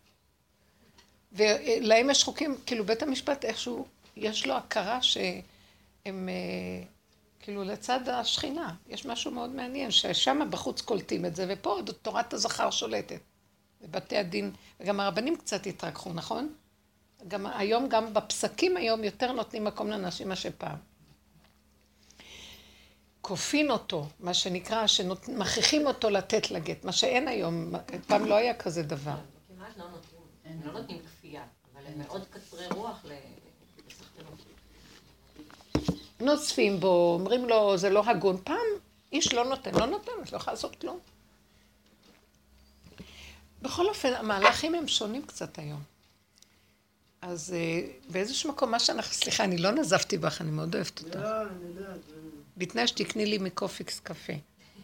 Speaker 1: ולהם יש חוקים, כאילו בית המשפט איכשהו, יש לו הכרה שהם... כאילו לצד השכינה, יש משהו מאוד מעניין, ששם בחוץ קולטים את זה, ופה תורת הזכר שולטת. בבתי הדין, וגם הרבנים קצת התרככו, נכון? גם היום, גם בפסקים היום, יותר נותנים מקום לאנשים מה שפעם. כופין אותו, מה שנקרא, שמכריחים אותו לתת לגט, מה שאין היום, פעם לא היה כזה דבר.
Speaker 2: כמעט לא נותנים, הם לא נותנים כפייה, אבל הם מאוד קצרי רוח לסחטנות.
Speaker 1: נוספים בו, אומרים לו, זה לא הגון. פעם איש לא נותן, לא נותן, אז לא יכול לעשות כלום. בכל אופן, המהלכים הם שונים קצת היום. אז באיזשהו מקום, מה שאנחנו, סליחה, אני לא נזפתי בך, אני מאוד אוהבת אותך.
Speaker 3: לא, אני יודעת.
Speaker 1: בתנאי שתקני לי מקופיקס קפה.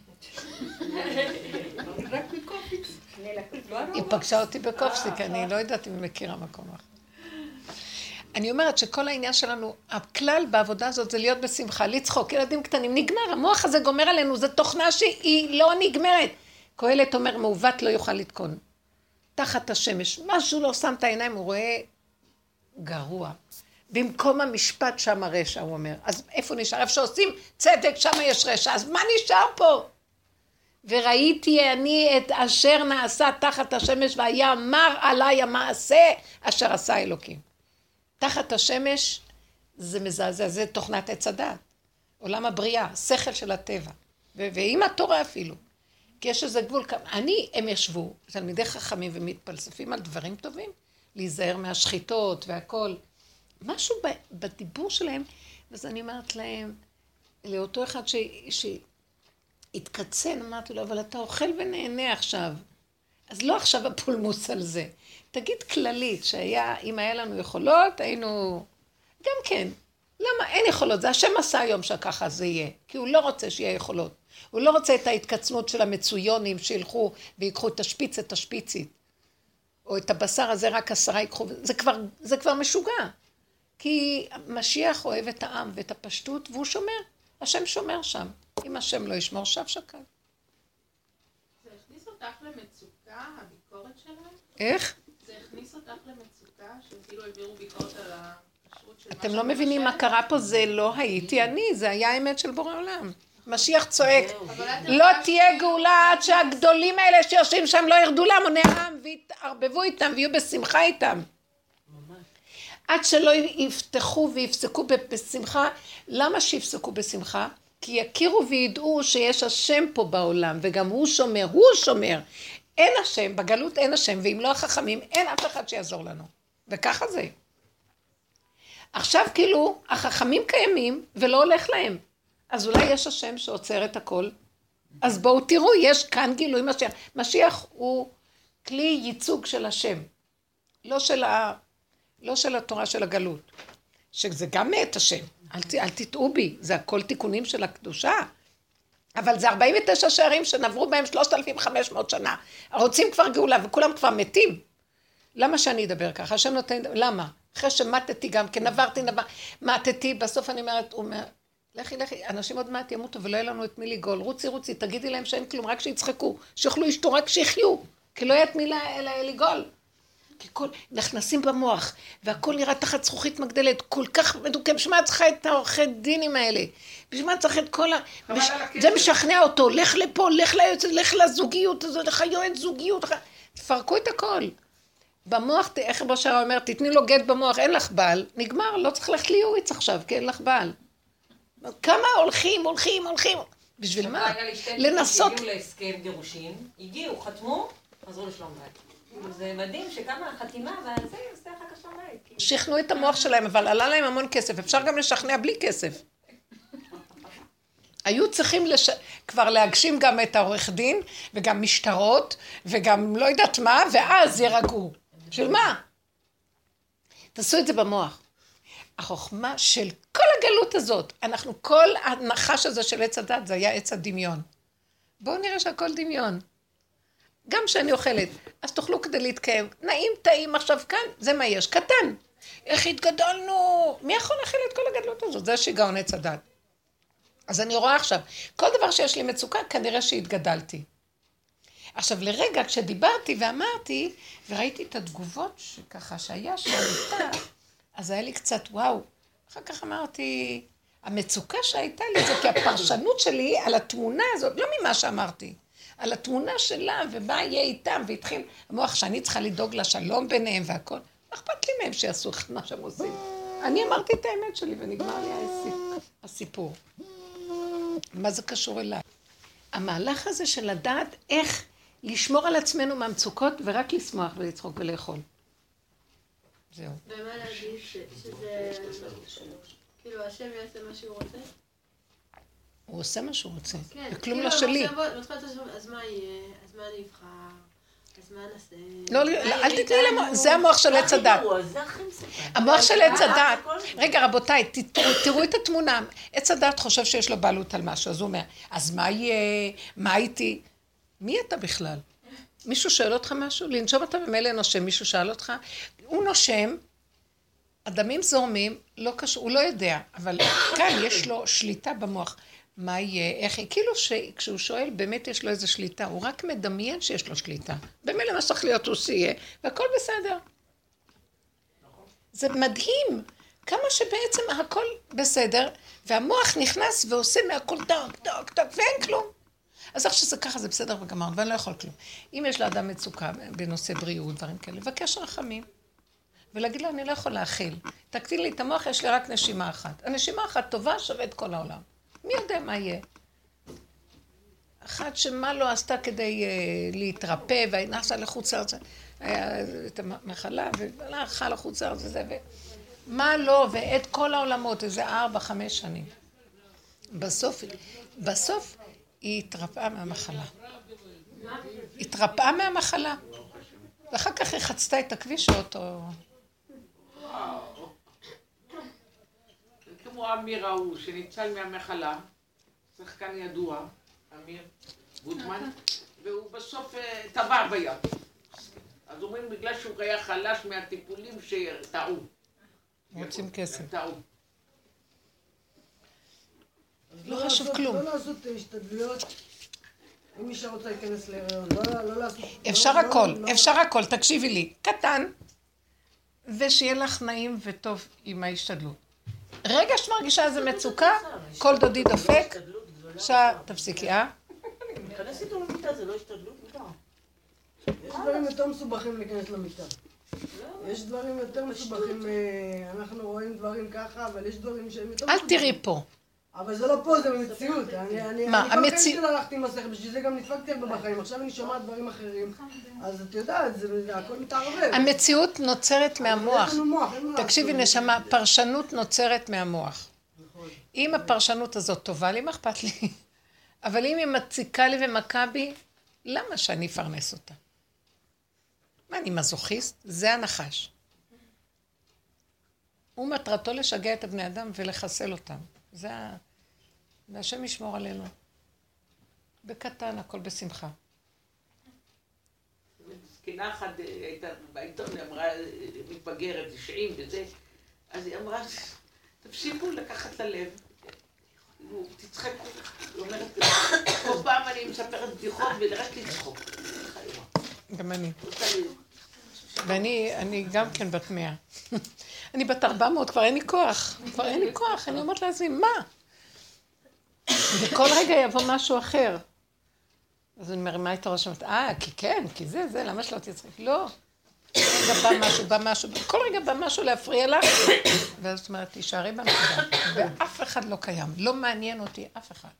Speaker 3: רק מקופיקס.
Speaker 1: היא פגשה אותי בקופסיק, אני לא יודעת אם היא מכירה מקום אחר. אני אומרת שכל העניין שלנו, הכלל בעבודה הזאת זה להיות בשמחה, לצחוק, ילדים קטנים, נגמר, המוח הזה גומר עלינו, זו תוכנה שהיא לא נגמרת. קהלת אומר, מעוות לא יוכל לתקון. תחת השמש, משהו לא שם את העיניים, הוא רואה גרוע. במקום המשפט שם הרשע, הוא אומר. אז איפה נשאר? איפה שעושים צדק, שם יש רשע, אז מה נשאר פה? וראיתי אני את אשר נעשה תחת השמש, והיה מר עליי המעשה אשר עשה אלוקים. תחת השמש זה מזעזע, זה תוכנת עץ הדעת. עולם הבריאה, שכל של הטבע. ועם התורה אפילו. כי יש איזה גבול, אני, הם ישבו, תלמידי חכמים ומתפלספים על דברים טובים, להיזהר מהשחיתות והכל. משהו בדיבור שלהם, אז אני אומרת להם, לאותו אחד ש... שהתקצן, אמרתי לו, אבל אתה אוכל ונהנה עכשיו. אז לא עכשיו הפולמוס על זה. תגיד כללית, שהיה, אם היה לנו יכולות, היינו... גם כן, למה? אין יכולות, זה השם עשה היום שככה זה יהיה, כי הוא לא רוצה שיהיה יכולות. הוא לא רוצה את ההתקצנות של המצויונים שילכו ויקחו את השפיץ, את השפיצית. או את הבשר הזה רק עשרה ייקחו, זה כבר, זה כבר משוגע. כי משיח אוהב את העם ואת הפשטות, והוא שומר. השם שומר שם. אם השם לא ישמור, שב שקל.
Speaker 7: זה הכניס אותך למצוקה, הביקורת שלהם?
Speaker 1: איך?
Speaker 7: זה הכניס אותך למצוקה, שכאילו העבירו ביקורת על הכשרות של...
Speaker 1: אתם לא מבינים מה קרה פה, זה לא הייתי אני, זה היה האמת של בורא עולם. משיח צועק, לא תהיה גאולה עד שהגדולים האלה שיושבים שם לא ירדו להמוני העם ויתערבבו איתם ויהיו בשמחה איתם. עד שלא יפתחו ויפסקו בשמחה. למה שיפסקו בשמחה? כי יכירו וידעו שיש השם פה בעולם, וגם הוא שומר, הוא שומר. אין השם, בגלות אין השם, ואם לא החכמים, אין אף אחד שיעזור לנו. וככה זה. עכשיו כאילו, החכמים קיימים ולא הולך להם. אז אולי יש השם שעוצר את הכל. אז בואו תראו, יש כאן גילוי משיח. משיח הוא כלי ייצוג של השם. לא של, ה... לא של התורה של הגלות. שזה גם מאת השם. אל, ת... אל תטעו בי, זה הכל תיקונים של הקדושה. אבל זה ארבעים ותשע שערים שנעברו בהם שלושת אלפים וחמש מאות שנה. רוצים כבר גאולה וכולם כבר מתים. למה שאני אדבר ככה? השם נותן... למה? אחרי שמתתי גם, כן עברתי, נבר... מתתי, בסוף אני אומרת, הוא אומר... לכי, לכי, אנשים עוד מעט ימותו ולא יהיה לנו את מי לגאול. רוצי, רוצי, תגידי להם שאין כלום, רק שיצחקו, שיוכלו לשתו, רק שיחיו, כי לא יהיה את מי לגאול. כי כל, נכנסים במוח, והכל נראה תחת זכוכית מגדלת, כל כך מדוקם, בשביל מה צריכה את העורכי דינים האלה? בשביל מה צריך את כל ה... בש... זה משכנע אותו, לך לפה, לך ליועץ, לך לזוגיות הזאת, לך יועץ זוגיות, לך... תפרקו את הכל. במוח, איך בשרה אומר, תתני לו גט במוח, אין לך בעל, נגמר, לא צריך ללכת ליועץ עכשיו, כי אין לך בעל. כמה הולכים, הולכים, הולכים. בשביל מה? לנסות.
Speaker 2: הגיעו להסכם גירושים, הגיעו, חתמו, חזרו לשלום בית. זה מדהים שכמה החתימה, ועל זה עושה אחר כך שלום בית.
Speaker 1: שכנעו את המוח שלהם, אבל עלה להם המון כסף. אפשר גם לשכנע בלי כסף. היו צריכים לש... כבר להגשים גם את העורך דין, וגם משטרות, וגם לא יודעת מה, ואז ירגעו. בשביל מה? תעשו את זה במוח. החוכמה של כל הגלות הזאת, אנחנו, כל הנחש הזה של עץ הדת, זה היה עץ הדמיון. בואו נראה שהכל דמיון. גם שאני אוכלת, אז תאכלו כדי להתקיים. נעים, טעים, עכשיו כאן, זה מה יש, קטן. איך התגדלנו? מי יכול להכיל את כל הגדלות הזאת? זה שיגעון עץ הדת. אז אני רואה עכשיו, כל דבר שיש לי מצוקה, כנראה שהתגדלתי. עכשיו, לרגע, כשדיברתי ואמרתי, וראיתי את התגובות שככה, שהיה שם איתה, אז היה לי קצת וואו. אחר כך אמרתי, המצוקה שהייתה לי זה כי הפרשנות שלי על התמונה הזאת, לא ממה שאמרתי, על התמונה שלה ומה יהיה איתם, והתחיל המוח שאני צריכה לדאוג לשלום ביניהם והכל. לא אכפת לי מהם שיעשו מה שהם עושים. אני אמרתי את האמת שלי ונגמר לי הסיפור. מה זה קשור אליי? המהלך הזה של לדעת איך לשמור על עצמנו מהמצוקות ורק לשמוח ולצחוק ולאכול. זהו.
Speaker 5: ומה להגיד שזה... כאילו, השם יעשה מה שהוא רוצה?
Speaker 1: הוא עושה מה שהוא רוצה.
Speaker 5: כן.
Speaker 1: וכלום לא שלי.
Speaker 5: אז מה יהיה? אז מה אני אבחר? אז מה נעשה?
Speaker 1: לא, אל תתני למוח, זה המוח של עץ הדת. המוח של עץ הדת. רגע, רבותיי, תראו את התמונה. עץ הדת חושב שיש לו בעלות על משהו, אז הוא אומר, אז מה יהיה? מה הייתי? מי אתה בכלל? מישהו שואל אותך משהו? לנשום אתה במילא נושם, מישהו שאל אותך? הוא נושם, הדמים זורמים, לא קשור, הוא לא יודע, אבל כאן יש לו שליטה במוח. מה יהיה, איך יהיה, כאילו שכשהוא שואל, באמת יש לו איזו שליטה, הוא רק מדמיין שיש לו שליטה. במילא מה שצריך להיות הוא שיהיה, והכל בסדר. זה מדהים, כמה שבעצם הכל בסדר, והמוח נכנס ועושה מהכל טוק, טוק, טוק, ואין כלום. אז איך שזה ככה זה בסדר וגמרנו, ואני לא יכול כלום. אם יש לאדם מצוקה בנושא בריאות, דברים כאלה, לבקש רחמים. ולהגיד לו, אני לא יכול להכיל. תקטין לי את המוח, יש לי רק נשימה אחת. הנשימה אחת טובה שווה את כל העולם. מי יודע מה יהיה? אחת שמה לא עשתה כדי uh, להתרפא, והנסה לחוץ לארץ, היה את המחלה, והלכה לחוץ לארץ וזה, ומה לא, ואת כל העולמות, איזה ארבע, חמש שנים. בסוף, בסוף היא התרפאה מהמחלה. התרפאה מהמחלה. ואחר כך היא חצתה את הכביש אותו...
Speaker 4: כמו אמיר ההוא שניצל מהמחלה, שחקן ידוע, אמיר גודמן, והוא בסוף טבע בים. אז אומרים בגלל שהוא היה חלש מהטיפולים שטעו.
Speaker 1: רוצים כסף.
Speaker 4: טעו.
Speaker 1: לא חשוב כלום.
Speaker 3: לא לעשות השתדלויות. אם אישה רוצה להיכנס להיריון, לא לעשות...
Speaker 1: אפשר הכל, אפשר הכל, תקשיבי לי. קטן, ושיהיה לך נעים וטוב עם ההשתדלות. רגע שמרגישה איזה מצוקה, כל דודי דופק, שעה, תפסיקי, אה?
Speaker 6: להיכנס איתו למיטה זה לא השתדלות מיטה.
Speaker 3: יש דברים יותר מסובכים להיכנס למיטה. יש דברים יותר מסובכים, אנחנו רואים דברים ככה, אבל יש דברים שהם יותר מסובכים.
Speaker 1: אל תראי פה.
Speaker 3: אבל זה לא פה, זה במציאות.
Speaker 1: מה,
Speaker 3: אני כל חיים שלה הלכתי עם מסכת, בשביל זה גם נדפקתי הרבה בחיים. עכשיו אני שומעת דברים אחרים, אז את יודעת, זה הכל מתערבב.
Speaker 1: המציאות נוצרת מהמוח.
Speaker 3: יש לנו מוח, אין מה לעשות.
Speaker 1: תקשיבי נשמה, פרשנות נוצרת מהמוח. אם הפרשנות הזאת טובה לי, מה אכפת לי? אבל אם היא מציקה לי ומכה בי, למה שאני אפרנס אותה? מה, אני מזוכיסט? זה הנחש. הוא מטרתו לשגע את הבני אדם ולחסל אותם. זה ה... והשם ישמור עלינו. בקטן, הכל בשמחה.
Speaker 4: זקנה אחת הייתה בעיתון, היא אמרה, מתבגרת, תשעים וזה, אז היא אמרה, תפסיקו לקחת ללב, תצחקו. היא אומרת, כל פעם אני מספרת בדיחות ורק לצחוק.
Speaker 1: גם אני. ואני אני גם כן בת מאה. אני בת ארבע מאות, כבר אין לי כוח. כבר אין לי כוח, אני אומרת לעצמי, מה? וכל רגע יבוא משהו אחר. אז אני מרימה את הראש, אומרת, אה, כי כן, כי זה, זה, למה שלא תצחק? לא. רגע בא משהו, בא משהו, כל רגע בא משהו להפריע לך. ואז זאת אומרת, תישארי בנקודה. ואף אחד לא קיים, לא מעניין אותי אף אחד.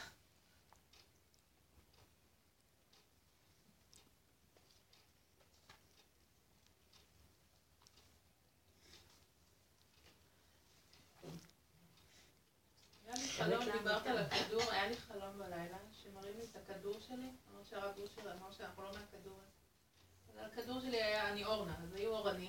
Speaker 7: חלום, דיברת על הכדור, היה לי חלום בלילה, שמראים לי את הכדור שלי, אמרת שהרב גושר אמר שאנחנו לא מהכדור הזה. אז הכדור שלי היה, אני אורנה, אז היו אורנים,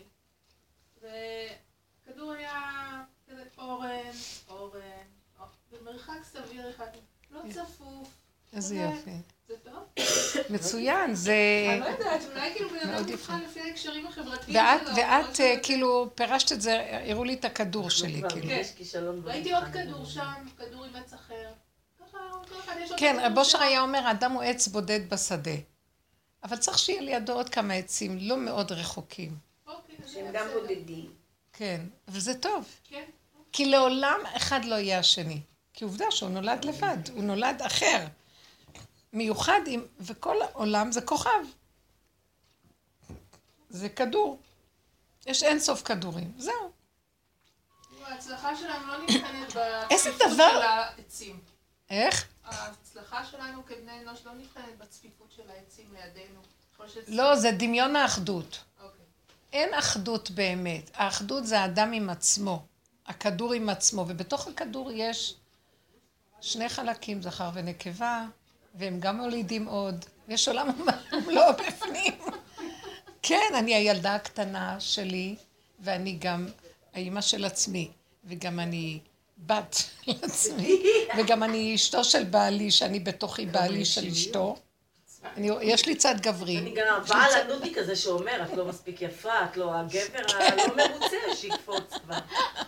Speaker 7: וכדור היה כזה אורן, אורן, במרחק סביר אחד, לא צפוף.
Speaker 1: איזה יופי.
Speaker 7: זה טוב?
Speaker 1: מצוין, זה...
Speaker 7: אני לא יודעת, אולי כאילו בן אדם נבחן לפי ההקשרים החברתיים שלו.
Speaker 1: ואת כאילו פירשת את זה, הראו לי את הכדור שלי, כאילו.
Speaker 7: ראיתי עוד כדור שם, כדור עם עץ אחר.
Speaker 1: כן, רב אושר היה אומר, האדם הוא עץ בודד בשדה. אבל צריך שיהיה לידו עוד כמה עצים, לא מאוד רחוקים.
Speaker 6: שהם גם בודדים.
Speaker 1: כן, אבל זה טוב.
Speaker 7: כן.
Speaker 1: כי לעולם אחד לא יהיה השני. כי עובדה שהוא נולד לבד, הוא נולד אחר. מיוחד, עם, וכל העולם זה כוכב. זה כדור. יש אין סוף כדורים, זהו.
Speaker 7: ההצלחה שלנו לא נבחנת
Speaker 1: איזה
Speaker 7: בצפיפות
Speaker 1: דבר?
Speaker 7: של העצים.
Speaker 1: איך?
Speaker 7: ההצלחה שלנו כבני אנוש לא נבחנת בצפיפות של העצים לידינו.
Speaker 1: לא, זה דמיון האחדות.
Speaker 7: אוקיי.
Speaker 1: אין אחדות באמת. האחדות זה האדם עם עצמו. הכדור עם עצמו, ובתוך הכדור יש שני חלקים, זכר ונקבה, והם גם מולידים עוד. יש עולם לא בפנים. כן, אני הילדה הקטנה שלי, ואני גם האמא של עצמי, וגם אני בת לעצמי, וגם אני אשתו של בעלי, שאני בתוכי בעלי של אשתו. אני, יש לי צד גברי.
Speaker 8: אני גם הבעל הנודניק כזה שאומר, את לא מספיק יפה, את לא הגבר הלא מרוצה שיקפוץ כבר.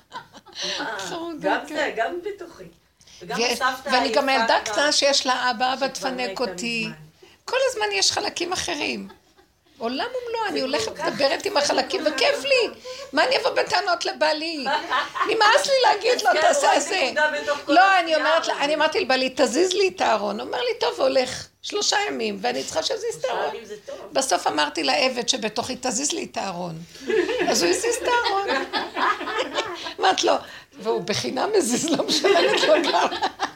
Speaker 8: גם זה, גם בתוכי.
Speaker 1: ואני גם ילדה קטנה שיש לה אבא, אבא תפנק אותי. כל הזמן יש חלקים אחרים. עולם ומלוא, אני הולכת מדברת עם החלקים וכיף לי. מה אני אבוא בטענות לבעלי? נמאס לי להגיד לו, תעשה זה. לא, אני אומרת, אני אמרתי לבעלי, תזיז לי את הארון. הוא אומר לי, טוב, הולך שלושה ימים, ואני צריכה שיזיז את הארון. בסוף אמרתי לעבד שבתוכי, תזיז לי את הארון. אז הוא הזיז את הארון. אמרת לו, והוא בחינם מזיז, לא משלמת לו גם.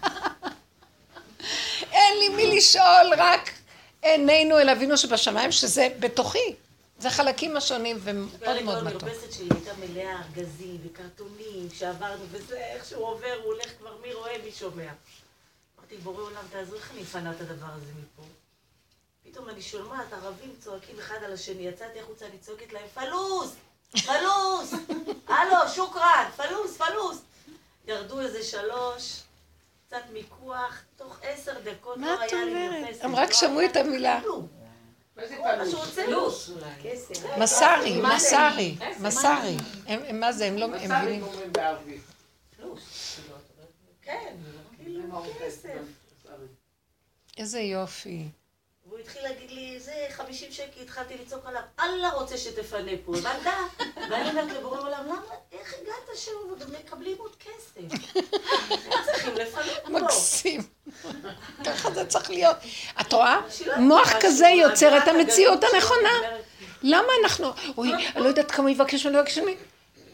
Speaker 1: אין לי מי לשאול, רק עינינו אל אבינו שבשמיים, שזה בתוכי. זה חלקים השונים ומאוד מאוד מתוק.
Speaker 8: המרפסת שלי הייתה מלאה ארגזים וקרטונים שעברנו וזה, איך שהוא עובר, הוא הולך כבר, מי רואה, מי שומע. אמרתי, בורא עולם, תעזור איך אני אפנה את הדבר הזה מפה. פתאום אני שומעת, ערבים צועקים אחד על השני, יצאתי החוצה, אני צועקת להם, פלוס! פלוס! הלו, שוקרן, פלוס, פלוס! ירדו איזה שלוש, קצת מיקוח, תוך עשר דקות לא היה לי מרפסת.
Speaker 1: הם רק שמעו את המילה.
Speaker 4: מה זה פלוס?
Speaker 1: מסרי, מסרי, מסרי. מה זה, הם לא מבינים.
Speaker 4: מסרי אומרים בערבית.
Speaker 8: פלוס. כן, כאילו כסף.
Speaker 1: איזה יופי.
Speaker 8: והוא התחיל להגיד לי, זה חמישים שקל, התחלתי לצעוק עליו, אללה רוצה שתפנה פה, הבנת? ואני אומרת לבורא עולם, למה, איך הגעת שם, וגם מקבלים עוד כסף? הם צריכים לפנות פה.
Speaker 1: מקסים. ככה זה צריך להיות. את רואה? מוח כזה יוצר את המציאות הנכונה. למה אנחנו, אוי, אני לא יודעת כמה הוא יבקש ממנו, יבקש ממנו.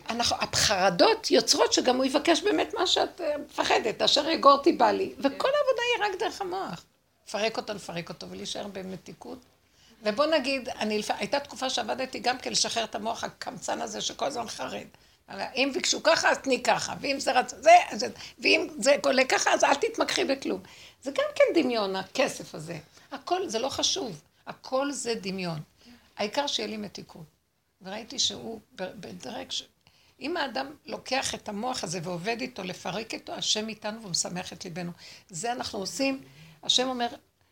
Speaker 1: החרדות יוצרות שגם הוא יבקש באמת מה שאת מפחדת, אשר יגורתי בא לי. וכל העבודה היא רק דרך המוח. לפרק אותו, לפרק אותו ולהישאר במתיקות. ובוא נגיד, אני, הייתה תקופה שעבדתי גם כן לשחרר את המוח הקמצן הזה שכל הזמן חרד. אם ביקשו ככה, אז תני ככה, ואם זה רצה, זה, זה, ואם זה קולה ככה, אז אל תתמקחי בכלום. זה גם כן דמיון, הכסף הזה. הכל, זה לא חשוב. הכל זה דמיון. העיקר שיהיה לי מתיקות. וראיתי שהוא בדרג ש... אם האדם לוקח את המוח הזה ועובד איתו, לפרק איתו, השם איתנו ומשמח את ליבנו. זה אנחנו עושים. השם אומר,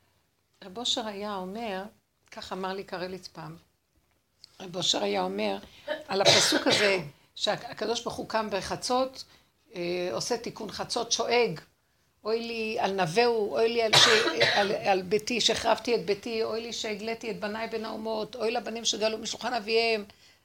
Speaker 1: רב אושר היה אומר, כך אמר לי קרליץ פעם, רב אושר היה אומר, על הפסוק הזה, שהקדוש ברוך הוא קם בחצות, אה, עושה תיקון חצות, שואג, אוי לי על נבאו, אוי לי על, ש... על, על ביתי, שחרבתי את ביתי, אוי לי שהגלתי את בניי בין האומות, אוי לבנים שגלו משולחן אביהם,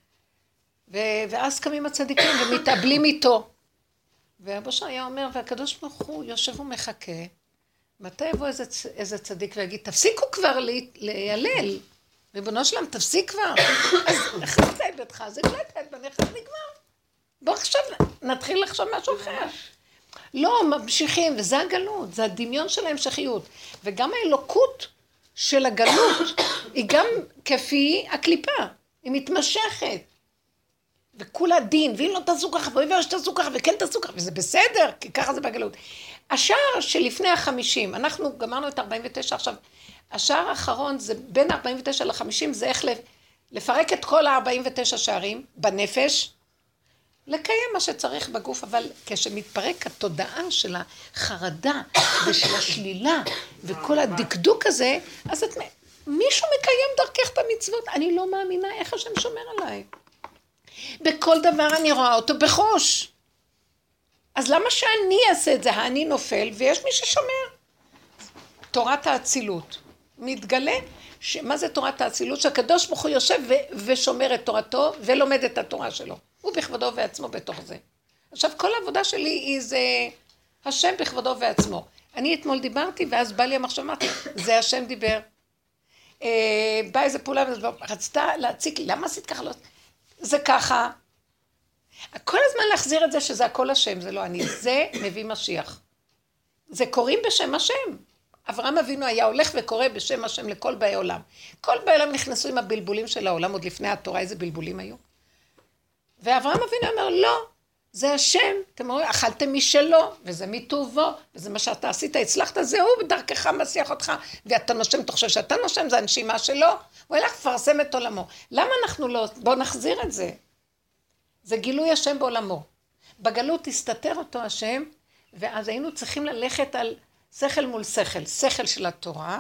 Speaker 1: ו... ואז קמים הצדיקים ומתאבלים איתו. ורב אושר היה אומר, והקדוש ברוך הוא יושב ומחכה, מתי יבוא איזה, איזה צדיק ויגיד, תפסיקו כבר להילל, ריבונו שלם, תפסיק כבר. אז החלטת את ביתך, אז הגלת את בניך, זה נגמר. בוא עכשיו נתחיל לחשוב משהו אחר. לא, ממשיכים, וזה הגלות, זה הדמיון של ההמשכיות. וגם האלוקות של הגלות היא גם כפי הקליפה, היא מתמשכת. וכולה דין, ואם לא תעשו ככה, ואם שתעשו ככה, וכן תעשו ככה, וזה בסדר, כי ככה זה בגלות. השער שלפני החמישים, אנחנו גמרנו את ארבעים ותשע עכשיו, השער האחרון זה בין ארבעים ותשע לחמישים, זה איך לפרק את כל ה-ארבעים ותשע שערים בנפש, לקיים מה שצריך בגוף, אבל כשמתפרק התודעה של החרדה ושל השלילה וכל הדקדוק הזה, אז את, מישהו מקיים דרכך את המצוות, אני לא מאמינה איך השם שומר עליי. בכל דבר אני רואה אותו בחוש. אז למה שאני אעשה את זה? אני נופל ויש מי ששומר. תורת האצילות. מתגלה, ש... מה זה תורת האצילות? שהקדוש ברוך הוא יושב ו... ושומר את תורתו ולומד את התורה שלו. הוא בכבודו ועצמו בתוך זה. עכשיו כל העבודה שלי היא זה השם בכבודו ועצמו. אני אתמול דיברתי ואז בא לי המחשב, אמרתי, זה השם דיבר. אה, בא איזה פעולה ורצתה להציק לי, למה עשית ככה? לא... זה ככה. כל הזמן להחזיר את זה שזה הכל השם, זה לא אני, זה מביא משיח. זה קוראים בשם השם. אברהם אבינו היה הולך וקורא בשם השם לכל באי עולם. כל באי עולם נכנסו עם הבלבולים של העולם, עוד לפני התורה, איזה בלבולים היו. ואברהם אבינו אומר, לא, זה השם. אתם אומרים, אכלתם משלו, וזה מטובו, וזה מה שאתה עשית, הצלחת, זה הוא בדרכך מסיח אותך, ואתה נושם, אתה חושב שאתה נושם, זה הנשימה שלו, הוא הלך לפרסם את עולמו. למה אנחנו לא, בואו נחזיר את זה. זה גילוי השם בעולמו. בגלות תסתתר אותו השם, ואז היינו צריכים ללכת על שכל מול שכל, שכל של התורה,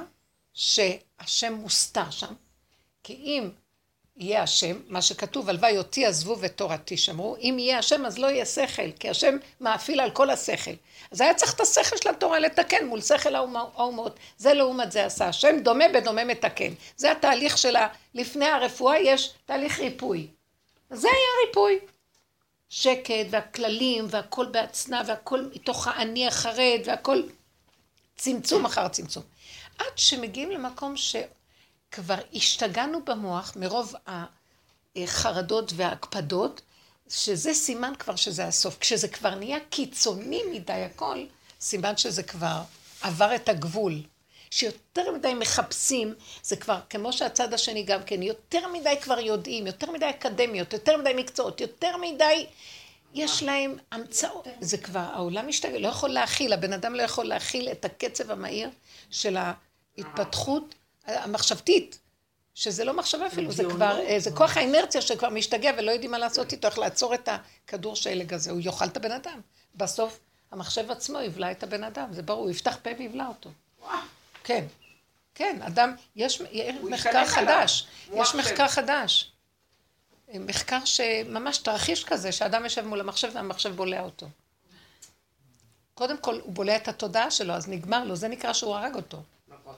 Speaker 1: שהשם מוסתר שם, כי אם יהיה השם, מה שכתוב, הלוואי אותי עזבו ותורתי שמרו, אם יהיה השם אז לא יהיה שכל, כי השם מאפיל על כל השכל. אז היה צריך את השכל של התורה לתקן מול שכל האומות, זה לעומת זה עשה, השם דומה בדומה מתקן. זה התהליך שלה, לפני הרפואה יש תהליך ריפוי. זה היה ריפוי. שקט והכללים והכל בהצנע והכל מתוך האני החרד והכל צמצום אחר צמצום. עד שמגיעים למקום שכבר השתגענו במוח מרוב החרדות וההקפדות, שזה סימן כבר שזה הסוף. כשזה כבר נהיה קיצוני מדי הכל, סימן שזה כבר עבר את הגבול. שיותר מדי מחפשים, זה כבר כמו שהצד השני גם כן, יותר מדי כבר יודעים, יותר מדי אקדמיות, יותר מדי מקצועות, יותר מדי יש להם המצאות. זה כבר, העולם משתגע, לא יכול להכיל, הבן אדם לא יכול להכיל את הקצב המהיר של ההתפתחות המחשבתית, שזה לא מחשבה אפילו, זה כבר, זה כוח האינרציה שכבר משתגע ולא יודעים מה לעשות איתו, איך לעצור את הכדור שלג הזה, הוא יאכל את הבן אדם. בסוף המחשב עצמו יבלע את הבן אדם, זה ברור, הוא יפתח פה ויבלע אותו. כן, כן, אדם, יש מחקר חדש, יש מחקר חדש. מחקר שממש תרחיש כזה, שאדם יושב מול המחשב והמחשב בולע אותו. קודם כל, הוא בולע את התודעה שלו, אז נגמר לו, זה נקרא שהוא הרג אותו.
Speaker 4: נכון.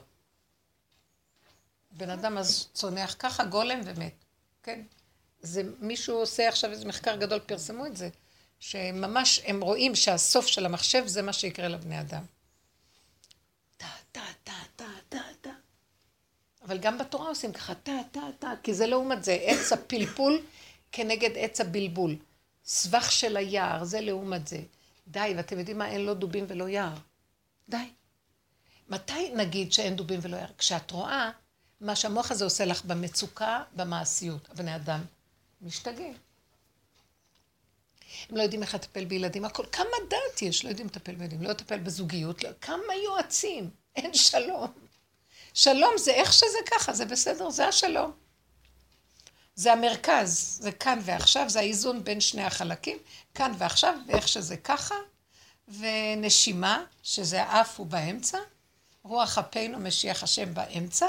Speaker 1: בן אדם אז צונח ככה, גולם ומת. כן? זה, מישהו עושה עכשיו איזה מחקר גדול, פרסמו את זה, שממש הם רואים שהסוף של המחשב זה מה שיקרה לבני אדם. טה, טה, טה, טה, טה, טה. אבל גם בתורה עושים ככה, טה, טה, טה, כי זה לעומת זה, עץ הפלפול כנגד עץ הבלבול. סבך של היער, זה לעומת זה. די, ואתם יודעים מה? אין לא דובים ולא יער. די. מתי נגיד שאין דובים ולא יער? כשאת רואה מה שהמוח הזה עושה לך במצוקה, במעשיות. הבני אדם משתגעים. הם לא יודעים איך לטפל בילדים, הכל. כמה דעת יש? לא יודעים לטפל בילדים, לא לטפל בזוגיות. לא. כמה יועצים? אין שלום. שלום זה איך שזה ככה, זה בסדר, זה השלום. זה המרכז, זה כאן ועכשיו, זה האיזון בין שני החלקים, כאן ועכשיו, ואיך שזה ככה, ונשימה, שזה האף הוא באמצע, רוח אפינו משיח השם באמצע,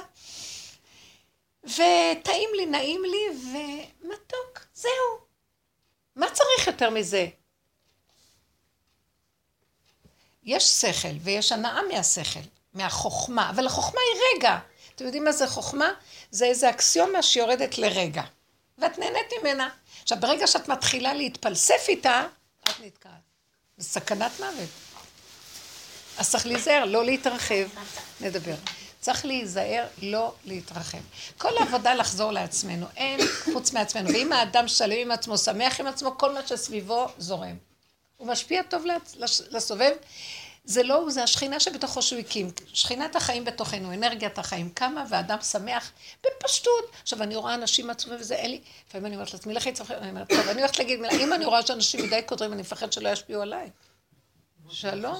Speaker 1: וטעים לי, נעים לי, ומתוק, זהו. מה צריך יותר מזה? יש שכל, ויש הנאה מהשכל. מהחוכמה, אבל החוכמה היא רגע. אתם יודעים מה זה חוכמה? זה איזו אקסיומה שיורדת לרגע. ואת נהנית ממנה. עכשיו, ברגע שאת מתחילה להתפלסף איתה, את נתקעת. זה סכנת מוות. אז צריך להיזהר, לא להתרחב. נדבר. צריך להיזהר, לא להתרחב. כל העבודה לחזור לעצמנו. אין חוץ מעצמנו. ואם האדם שלם עם עצמו, שמח עם עצמו, כל מה שסביבו זורם. הוא משפיע טוב לסובב. זה לא הוא, זה השכינה שבתוכו שהוא הקים. שכינת החיים בתוכנו, אנרגיית החיים קמה, והאדם שמח בפשטות. עכשיו, אני רואה אנשים עצמם וזה, אין לי... לפעמים אני אומרת לעצמי, לכי צרכי, אני אומרת, טוב, אני הולכת להגיד מילה, אם אני רואה שאנשים מדי קודרים, אני מפחד שלא ישפיעו עליי. שלום.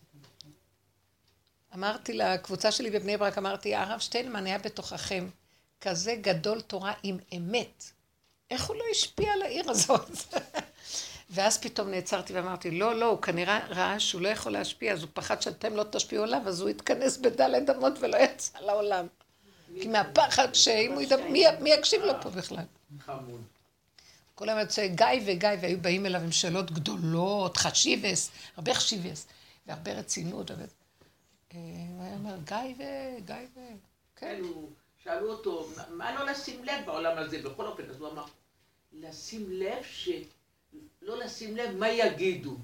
Speaker 1: אמרתי לקבוצה שלי בבני ברק, אמרתי, הרב שטיינמן היה בתוככם, כזה גדול תורה עם אמת. איך הוא לא השפיע על העיר הזאת? ואז פתאום נעצרתי ואמרתי, לא, לא, הוא כנראה ראה שהוא לא יכול להשפיע, אז הוא פחד שאתם לא תשפיעו עליו, אז הוא יתכנס בדלת אמות ולא יצא לעולם. כי מהפחד שאם הוא ידבר, מי, מי יקשיב לו פה בכלל?
Speaker 4: חמוד.
Speaker 1: כל היום יוצא גיא וגיא, והיו באים אליו עם שאלות גדולות, חשיבס, הרבה חשיבס, והרבה רצינות. הוא היה אומר, גיא וגיא ו...
Speaker 4: כן, שאלו אותו, מה לא לשים לב בעולם הזה? בכל אופן, אז הוא אמר, לשים לב ש... לא לשים לב מה יגידו.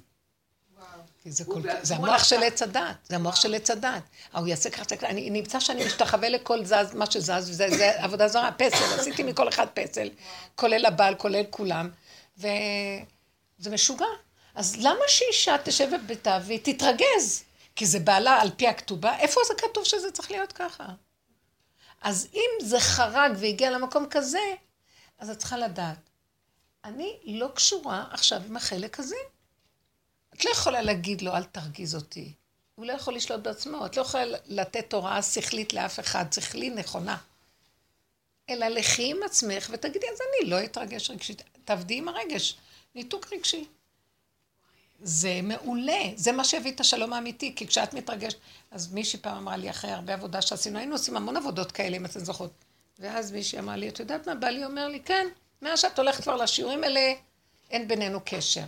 Speaker 1: זה המוח של עץ הדת, זה המוח של עץ הדת. הוא יעשה ככה, אני נמצא שאני משתחווה לכל זז, מה שזז, וזה עבודה זרה, פסל, עשיתי מכל אחד פסל, כולל הבעל, כולל כולם, וזה משוגע. אז למה שאישה תשב בביתה והיא תתרגז? כי זה בעלה על פי הכתובה, איפה זה כתוב שזה צריך להיות ככה? אז אם זה חרג והגיע למקום כזה, אז את צריכה לדעת. אני לא קשורה עכשיו עם החלק הזה. את לא יכולה להגיד לו, אל תרגיז אותי. הוא לא יכול לשלוט בעצמו. את לא יכולה לתת הוראה שכלית לאף אחד, שכלי נכונה. אלא לכי עם עצמך ותגידי, אז אני לא אתרגש רגשית. תעבדי עם הרגש, ניתוק רגשי. זה מעולה, זה מה שהביא את השלום האמיתי, כי כשאת מתרגשת, אז מישהי פעם אמרה לי, אחרי הרבה עבודה שעשינו, היינו עושים המון עבודות כאלה, אם אתן זוכרות. ואז מישהי אמרה לי, את יודעת מה, בעלי אומר לי, כן, מאז שאת הולכת כבר לשיעורים האלה, אין בינינו קשר.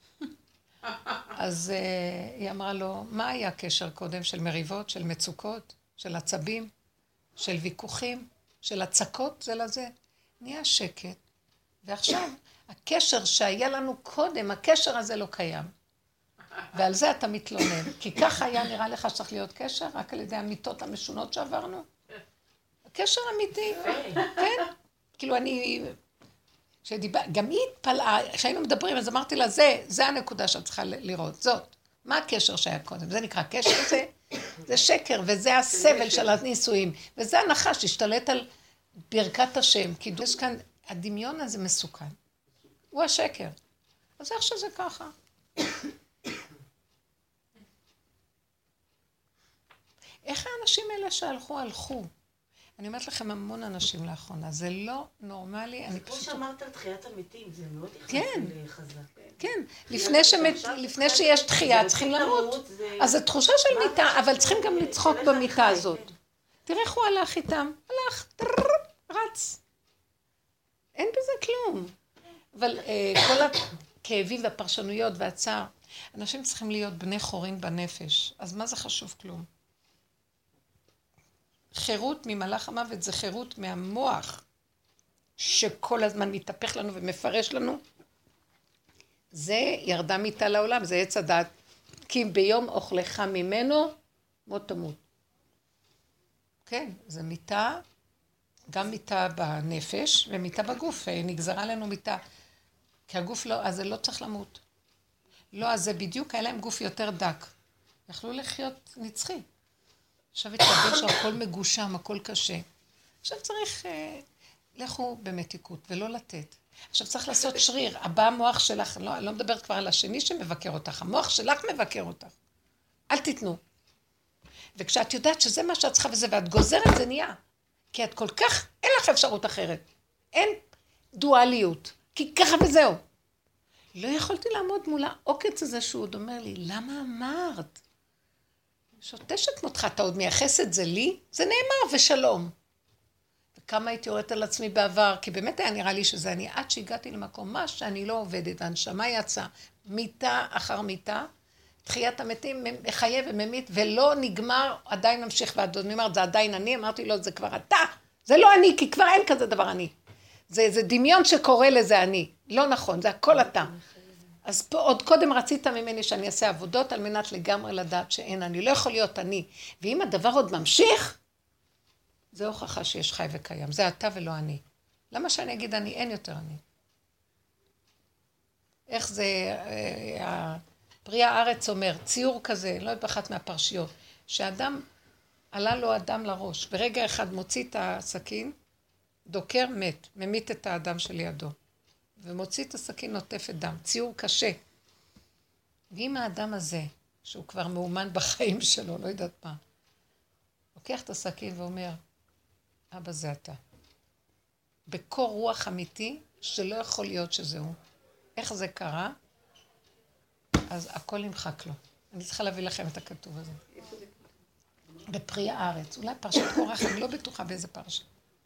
Speaker 1: אז uh, היא אמרה לו, מה היה הקשר קודם של מריבות, של מצוקות, של עצבים, של ויכוחים, של הצקות זה לזה? נהיה שקט. ועכשיו, הקשר שהיה לנו קודם, הקשר הזה לא קיים. ועל זה אתה מתלונן. כי ככה היה נראה לך שצריך להיות קשר, רק על ידי המיטות המשונות שעברנו. הקשר אמיתי, כן? כאילו אני... שדיבר, גם היא התפלאה, כשהיינו מדברים, אז אמרתי לה, זה, זה הנקודה שאת צריכה לראות, זאת. מה הקשר שהיה קודם? זה נקרא קשר, זה, זה שקר, וזה הסבל של הנישואים, וזה הנחש, השתלט על ברכת השם, כי יש כאן, הדמיון הזה מסוכן. הוא השקר. אז איך שזה ככה? איך האנשים האלה שהלכו, הלכו? אני אומרת לכם המון אנשים לאחרונה, זה לא נורמלי, אני
Speaker 8: פשוט... כמו שאמרת על תחיית המתים, זה מאוד יחסי לחזק.
Speaker 1: כן, לפני שיש תחייה, צריכים למות. אז זו תחושה של מיטה, אבל צריכים גם לצחוק במיטה הזאת. תראה איך הוא הלך איתם, הלך, רץ. אין בזה כלום. אבל כל הכאבים והפרשנויות והצער, אנשים צריכים להיות בני חורין בנפש, אז מה זה חשוב כלום? חירות ממלאך המוות זה חירות מהמוח שכל הזמן מתהפך לנו ומפרש לנו. זה ירדה מיטה לעולם, זה עץ הדעת. כי ביום אוכלך ממנו, מות תמות. כן, זה מיטה, גם מיטה בנפש ומיטה בגוף. נגזרה לנו מיטה. כי הגוף לא, אז זה לא צריך למות. לא, אז זה בדיוק, היה להם גוף יותר דק. יכלו לחיות נצחי. עכשיו התקבל שהכל מגושם, הכל קשה. עכשיו צריך, אה, לכו במתיקות ולא לתת. עכשיו צריך לעשות שריר. הבא המוח שלך, לא, אני לא מדברת כבר על השני שמבקר אותך, המוח שלך מבקר אותך. אל תיתנו. וכשאת יודעת שזה מה שאת צריכה וזה, ואת גוזרת, זה נהיה. כי את כל כך, אין לך אפשרות אחרת. אין דואליות. כי ככה וזהו. לא יכולתי לעמוד מול העוקץ הזה שהוא עוד אומר לי, למה אמרת? שוטשת מותך, אתה עוד מייחס את זה לי? זה נאמר ושלום. וכמה הייתי יורדת על עצמי בעבר, כי באמת היה נראה לי שזה אני, עד שהגעתי למקום מה שאני לא עובדת, והנשמה יצאה, מיטה אחר מיטה, תחיית המתים מחיה וממית, ולא נגמר, עדיין ממשיך, ואדוני אומרת, זה עדיין אני, אמרתי לו, זה כבר אתה, זה לא אני, כי כבר אין כזה דבר אני. זה, זה דמיון שקורא לזה אני, לא נכון, זה הכל אתה. אז פה עוד קודם רצית ממני שאני אעשה עבודות על מנת לגמרי לדעת שאין אני, לא יכול להיות אני. ואם הדבר עוד ממשיך, זה הוכחה שיש חי וקיים, זה אתה ולא אני. למה שאני אגיד אני, אין יותר אני. איך זה, אה, פרי הארץ אומר, ציור כזה, לא באחת מהפרשיות, שאדם, עלה לו אדם לראש, ברגע אחד מוציא את הסכין, דוקר מת, ממית את האדם שלידו. ומוציא את הסכין נוטפת דם, ציור קשה. ואם האדם הזה, שהוא כבר מאומן בחיים שלו, לא יודעת מה, לוקח את הסכין ואומר, אבא זה אתה. בקור רוח אמיתי, שלא יכול להיות שזהו. איך זה קרה? אז הכל נמחק לו. אני צריכה להביא לכם את הכתוב הזה. בפרי הארץ. אולי פרשת קורח, אני לא בטוחה באיזה פרשה.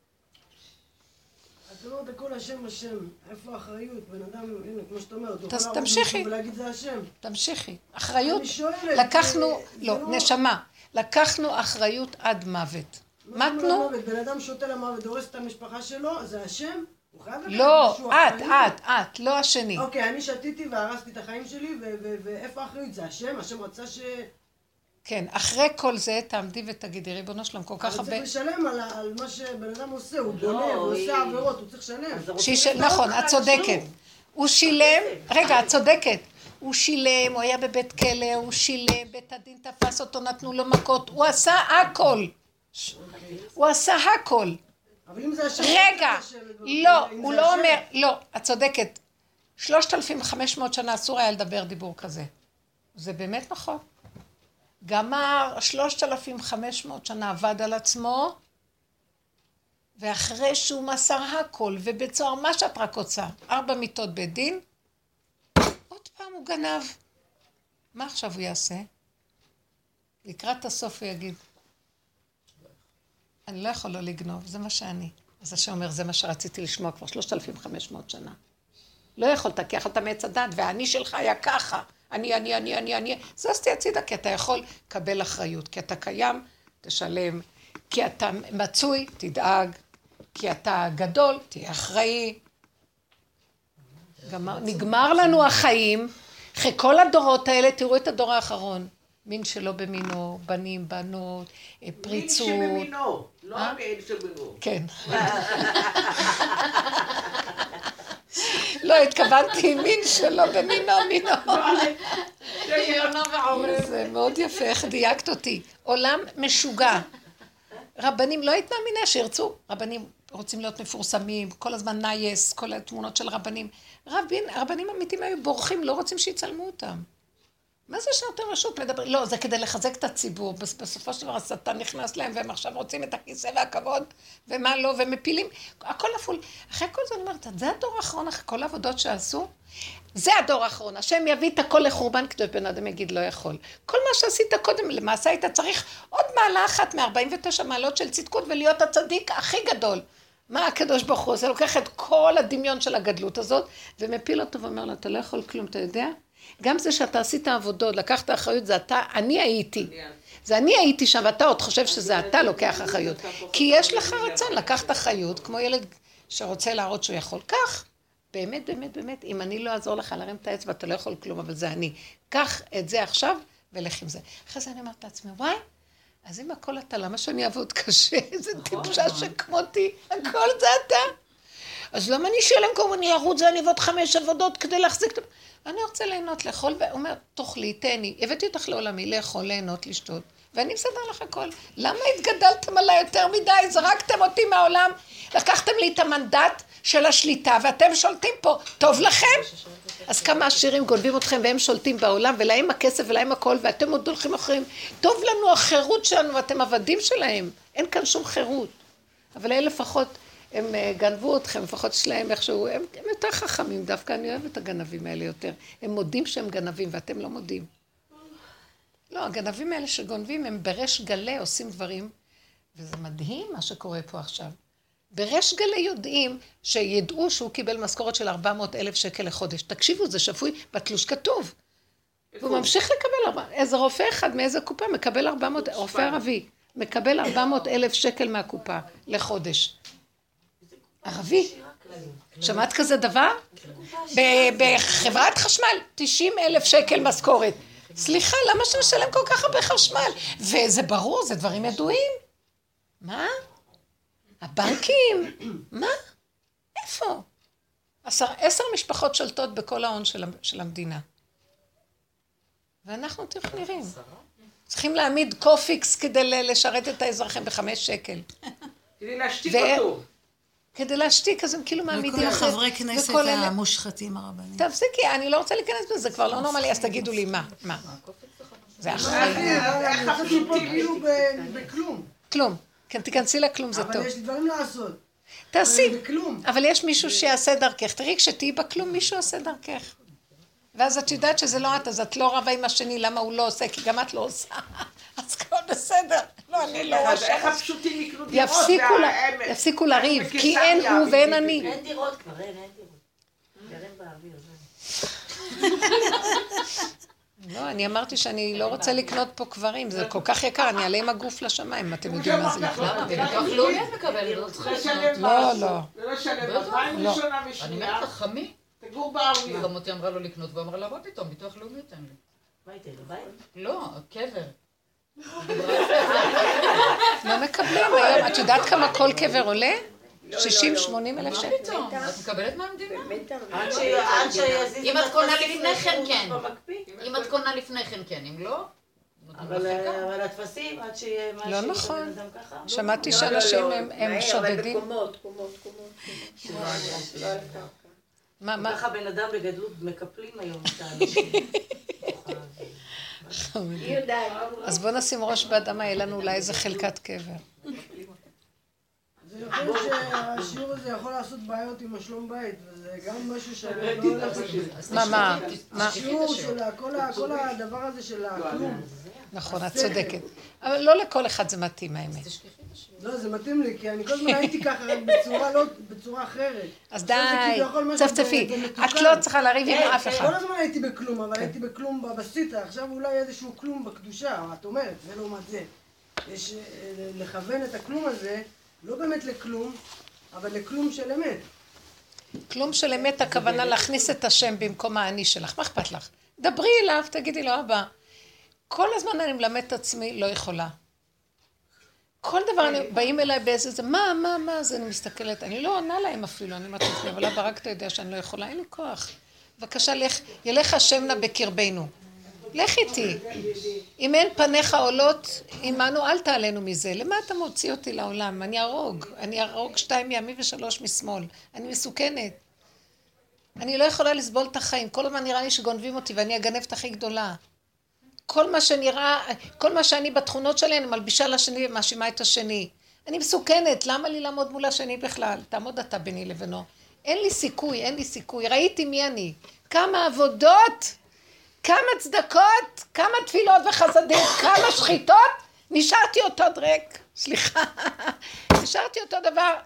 Speaker 3: את אומרת הכל השם השם, איפה האחריות? בן אדם, הנה, כמו שאתה אומרת, הוא
Speaker 1: יכול לעבוד
Speaker 3: ולהגיד זה השם.
Speaker 1: תמשיכי. אחריות, לקחנו, לא, נשמה, לקחנו אחריות עד מוות. מתנו?
Speaker 3: בן אדם שותה למוות, דורס את המשפחה שלו, זה השם? הוא חייב לקחת
Speaker 1: משהו אחריות? לא, את, את, את, לא השני.
Speaker 3: אוקיי, אני שתיתי והרסתי את החיים שלי, ואיפה האחריות? זה השם? השם רצה ש...
Speaker 1: כן, אחרי כל זה תעמדי ותגידי, ריבונו שלום, כל כך הרבה...
Speaker 3: אבל צריך לשלם על מה שבן אדם עושה, הוא בונה, הוא עושה עבירות, הוא צריך לשלם.
Speaker 1: נכון, את צודקת. הוא שילם, רגע, את צודקת. הוא שילם, הוא היה בבית כלא, הוא שילם, בית הדין תפס אותו, נתנו לו מכות, הוא עשה הכל. הוא עשה הכל.
Speaker 3: אבל אם זה השם...
Speaker 1: רגע, לא, הוא לא אומר, לא, את צודקת. שלושת אלפים וחמש מאות שנה אסור היה לדבר דיבור כזה. זה באמת נכון. גמר שלושת אלפים וחמש מאות שנה עבד על עצמו, ואחרי שהוא מסר הכל, ובצוער מה שאת רק רוצה, ארבע מיטות בית דין, עוד פעם הוא גנב. מה עכשיו הוא יעשה? לקראת הסוף הוא יגיד, אני לא יכול לא לגנוב, זה מה שאני. אז השם אומר, זה מה שרציתי לשמוע כבר שלושת אלפים וחמש מאות שנה. לא יכולת, כי יכולת מעץ הדת, והאני שלך היה ככה. אני, אני, אני, אני, אני. זזתי הצידה, כי אתה יכול לקבל אחריות, כי אתה קיים, תשלם, כי אתה מצוי, תדאג, כי אתה גדול, תהיה אחראי. גמר, נגמר לנו החיים, אחרי כל הדורות האלה, תראו את הדור האחרון. מין שלא במינו, בנים, בנות, פריצות.
Speaker 4: מין שבמינו, לא המין שבמינו.
Speaker 1: כן. לא, התכוונתי מין שלא במינו, מינו. זה מאוד יפה, איך דייקת אותי. עולם משוגע. רבנים, לא היית מאמינה שירצו. רבנים רוצים להיות מפורסמים, כל הזמן נייס, כל התמונות של רבנים. רבים, רבנים אמיתיים היו בורחים, לא רוצים שיצלמו אותם. מה זה שנותן רשות מדבר? לא, זה כדי לחזק את הציבור. בסופו של דבר השטן נכנס להם, והם עכשיו רוצים את הכיסא והכבוד, ומה לא, ומפילים. הכל אפול. אחרי כל זה אני אומרת, זה הדור האחרון, אחרי כל העבודות שעשו, זה הדור האחרון. השם יביא את הכל לחורבן, כדי בן אדם יגיד לא יכול. כל מה שעשית קודם, למעשה היית צריך עוד מעלה אחת מ-ארבעים ותשע מעלות של צדקות, ולהיות הצדיק הכי גדול. מה הקדוש ברוך הוא? זה לוקח את כל הדמיון של הגדלות הזאת, ומפיל אותו ואומר לו, אתה לא יכול כלום, אתה יודע? גם זה שאתה עשית עבודות, לקחת אחריות, זה אתה, אני הייתי. זה אני הייתי שם, ואתה עוד חושב שזה אתה לוקח אחריות. כי יש לך רצון לקחת אחריות, כמו ילד שרוצה להראות שהוא יכול. כך, באמת, באמת, באמת, אם אני לא אעזור לך להרים את האצבע, אתה לא יכול כלום, אבל זה אני. קח את זה עכשיו, ולך עם זה. אחרי זה אני אומרת לעצמי, וואי, אז אם הכל אתה, למה שאני אעבוד קשה? איזה טיפשה שכמותי, הכל זה אתה. אז למה אני אשלם כמו אני ארוץ, זה אני אעבוד חמש עבודות כדי להחזיק את... אני רוצה ליהנות, לאכול, והוא אומר, תאכלי, תהני, הבאתי אותך לעולמי, לאכול, ליהנות, לשתות, ואני מסדר לך הכל. למה התגדלתם עליי יותר מדי? זרקתם אותי מהעולם, לקחתם לי את המנדט של השליטה, ואתם שולטים פה, טוב לכם? אז כמה עשירים גונבים אתכם, והם שולטים בעולם, ולהם הכסף ולהם הכל, ואתם עוד הולכים אחרים. טוב לנו החירות שלנו, ואתם עבדים שלהם. אין כאן שום חירות. אבל אלה לפחות... הם גנבו אתכם, לפחות שלהם איכשהו, הם, הם יותר חכמים, דווקא אני אוהבת את הגנבים האלה יותר. הם מודים שהם גנבים, ואתם לא מודים. לא, הגנבים האלה שגונבים, הם ברש גלה עושים דברים, וזה מדהים מה שקורה פה עכשיו. ברש גלה יודעים שידעו שהוא קיבל משכורת של ארבע מאות אלף שקל לחודש. תקשיבו, זה שפוי, בתלוש כתוב. והוא ממשיך לקבל, איזה רופא אחד מאיזה קופה מקבל ארבע מאות, רופא ערבי, מקבל ארבע מאות אלף שקל מהקופה לחודש. ערבי. שמעת כזה דבר? בחברת חשמל, תשעים אלף שקל משכורת. סליחה, למה שנשלם כל כך הרבה חשמל? וזה ברור, זה דברים ידועים. מה? הבנקים? מה? איפה? עשר, עשר משפחות שולטות בכל ההון של, של המדינה. ואנחנו תראו נראים. צריכים להעמיד קופיקס כדי לשרת את האזרחים בחמש שקל.
Speaker 4: כדי להשתיק אותו.
Speaker 1: כדי להשתיק, אז הם כאילו מעמידים...
Speaker 9: וכל החברי כנסת המושחתים הרבנים.
Speaker 1: תפסיקי, אני לא רוצה להיכנס בזה, זה כבר לא נורמלי, אז תגידו לי, מה? מה? זה החיים.
Speaker 3: איך חפשים פה כאילו בכלום.
Speaker 1: כלום. כן, תיכנסי לכלום, זה טוב.
Speaker 3: אבל יש דברים לעשות.
Speaker 1: תעשי. אבל יש מישהו שיעשה דרכך. תראי, כשתהיי בכלום, מישהו עושה דרכך. ואז את יודעת שזה לא את, אז את לא רבה עם השני, למה הוא לא עושה, כי גם את לא עושה. אז כבר בסדר. לא, אני לא
Speaker 4: אז איך הפשוטים יקנו דירות?
Speaker 1: יפסיקו לריב, כי אין הוא ואין אני.
Speaker 8: אין דירות כבר, אין, אין דירות. גרים באוויר, זה.
Speaker 1: לא, אני אמרתי שאני לא רוצה לקנות פה קברים, זה כל כך יקר, אני אעלה עם הגוף לשמיים, אתם יודעים מה זה לקנות.
Speaker 2: לא מקבל,
Speaker 1: לא, לא.
Speaker 4: לא שלם, בזמן ראשונה
Speaker 10: אני
Speaker 4: ושנייה.
Speaker 10: אומרת לך, חמי?
Speaker 4: תגור באוויר.
Speaker 10: חמותי אמרה לו לקנות, והוא אמרה לה, מה פתאום, ביטוח לאומי תן לי.
Speaker 8: מה הייתה לבית?
Speaker 10: לא, קבר.
Speaker 1: לא מקבלים היום, את יודעת כמה כל קבר עולה? שישים שמונים אלף שקל.
Speaker 10: מה פתאום? את מקבלת מהמדינה?
Speaker 8: עד שיזיז...
Speaker 7: אם את קונה לפני כן, כן. אם את קונה לפני כן, כן. אם לא...
Speaker 8: אבל התפסים, עד שיהיה משהו...
Speaker 1: לא נכון. שמעתי שאנשים הם שודדים.
Speaker 6: קומות, קומות, קומות.
Speaker 1: מה, מה?
Speaker 8: ככה בן אדם בגדלות מקפלים היום את האנשים.
Speaker 1: אז בוא נשים ראש באדמה, יהיה לנו אולי איזה חלקת קבר.
Speaker 3: אני חושב שהשיעור הזה יכול לעשות בעיות עם השלום בית, וזה גם משהו שאני לא הולך לזה.
Speaker 1: מה, מה?
Speaker 3: השיעור של כל הדבר הזה של הכלום.
Speaker 1: נכון, את צודקת. אבל לא לכל אחד זה מתאים, האמת.
Speaker 3: לא, זה מתאים לי, כי אני כל הזמן הייתי ככה, רק בצורה לא, בצורה אחרת.
Speaker 1: אז די, צפצפי. את לא צריכה לריב עם אף אחד.
Speaker 3: כל הזמן הייתי בכלום, אבל הייתי בכלום בבסיטה. עכשיו אולי איזשהו כלום בקדושה, את אומרת, זה לעומת זה. יש לכוון את הכלום הזה, לא באמת לכלום, אבל לכלום של אמת.
Speaker 1: כלום של אמת, הכוונה להכניס את השם במקום האני שלך. מה אכפת לך? דברי אליו, תגידי לו, אבא. כל הזמן אני מלמד את עצמי, לא יכולה. כל דבר, באים אליי באיזה זה, מה, מה, מה, אז אני מסתכלת, אני לא עונה להם אפילו, אני אומרת לעצמי, אבל אבא, רק אתה יודע שאני לא יכולה, אין לי כוח. בבקשה, לך, ילך השם נא בקרבנו. לך איתי. אם אין פניך עולות, עמנו, אל תעלנו מזה. למה אתה מוציא אותי לעולם? אני ארוג. אני ארוג שתיים מימי ושלוש משמאל. אני מסוכנת. אני לא יכולה לסבול את החיים. כל הזמן נראה לי שגונבים אותי ואני אגנבת הכי גדולה. כל מה שנראה, כל מה שאני בתכונות שלי, אני מלבישה לשני ומאשימה את השני. אני מסוכנת. למה לי לעמוד מול השני בכלל? תעמוד אתה ביני לבינו. אין לי סיכוי, אין לי סיכוי. ראיתי מי אני. כמה עבודות, כמה צדקות, כמה תפילות וחסדים, כמה שחיטות, נשארתי אותו דרק, סליחה, נשארתי אותו דבר,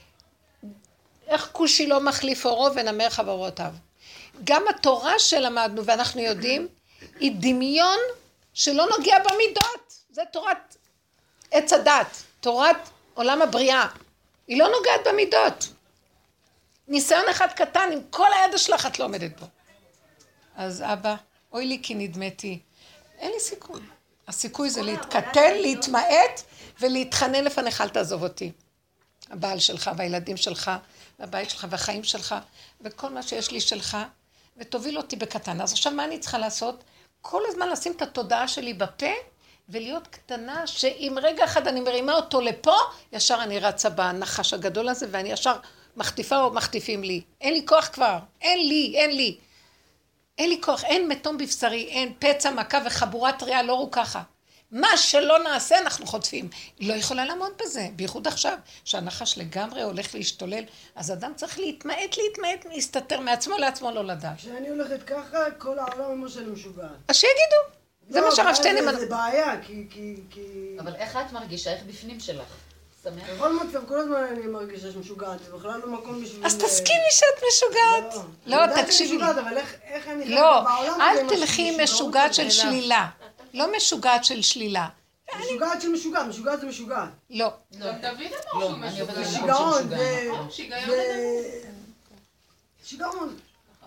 Speaker 1: איך כושי לא מחליף אורו ונמר חברותיו. גם התורה שלמדנו ואנחנו יודעים, היא דמיון שלא נוגע במידות, זה תורת עץ הדת, תורת עולם הבריאה, היא לא נוגעת במידות. ניסיון אחד קטן, עם כל הידע שלך את לא עומדת בו. אז אבא, אוי לי כי נדמתי, אין לי סיכוי. הסיכוי זה להתקטן, להתמעט ולהתחנן לפניך, אל תעזוב אותי. הבעל שלך והילדים שלך, והבית שלך והחיים שלך, וכל מה שיש לי שלך, ותוביל אותי בקטן. אז עכשיו מה אני צריכה לעשות? כל הזמן לשים את התודעה שלי בפה, ולהיות קטנה, שאם רגע אחד אני מרימה אותו לפה, ישר אני רצה בנחש הגדול הזה, ואני ישר מחטיפה או מחטיפים לי. אין לי כוח כבר, אין לי, אין לי. אין לי כוח, אין מתום בבשרי, אין פצע, מכה וחבורת ריאה, לא רו ככה. מה שלא נעשה אנחנו חוטפים. לא יכולה לעמוד בזה, בייחוד עכשיו, שהנחש לגמרי הולך להשתולל, אז אדם צריך להתמעט, להתמעט, להסתתר מעצמו לעצמו לא לדעת.
Speaker 3: כשאני הולכת ככה, כל העולם אומר שאני משוגעת.
Speaker 1: אז שיגידו. זה מה שהרב שטיינמן...
Speaker 3: זה בעיה, כי...
Speaker 10: אבל איך את מרגישה? איך בפנים שלך? שמח?
Speaker 3: בכל מצב, כל הזמן אני מרגישה שמשוגעת, זה בכלל לא מקום בשביל...
Speaker 1: אז תסכימי שאת משוגעת. לא, תקשיבי לי.
Speaker 3: אבל איך אני...
Speaker 1: לא, אל תלכי משוגעת של שלילה. לא משוגעת של שלילה.
Speaker 3: משוגעת של משוגעת, משוגעת זה משוגעת.
Speaker 1: לא.
Speaker 7: גם דוד אמר שהוא משוגע.
Speaker 3: זה שיגעון,
Speaker 7: זה...
Speaker 3: שיגעון.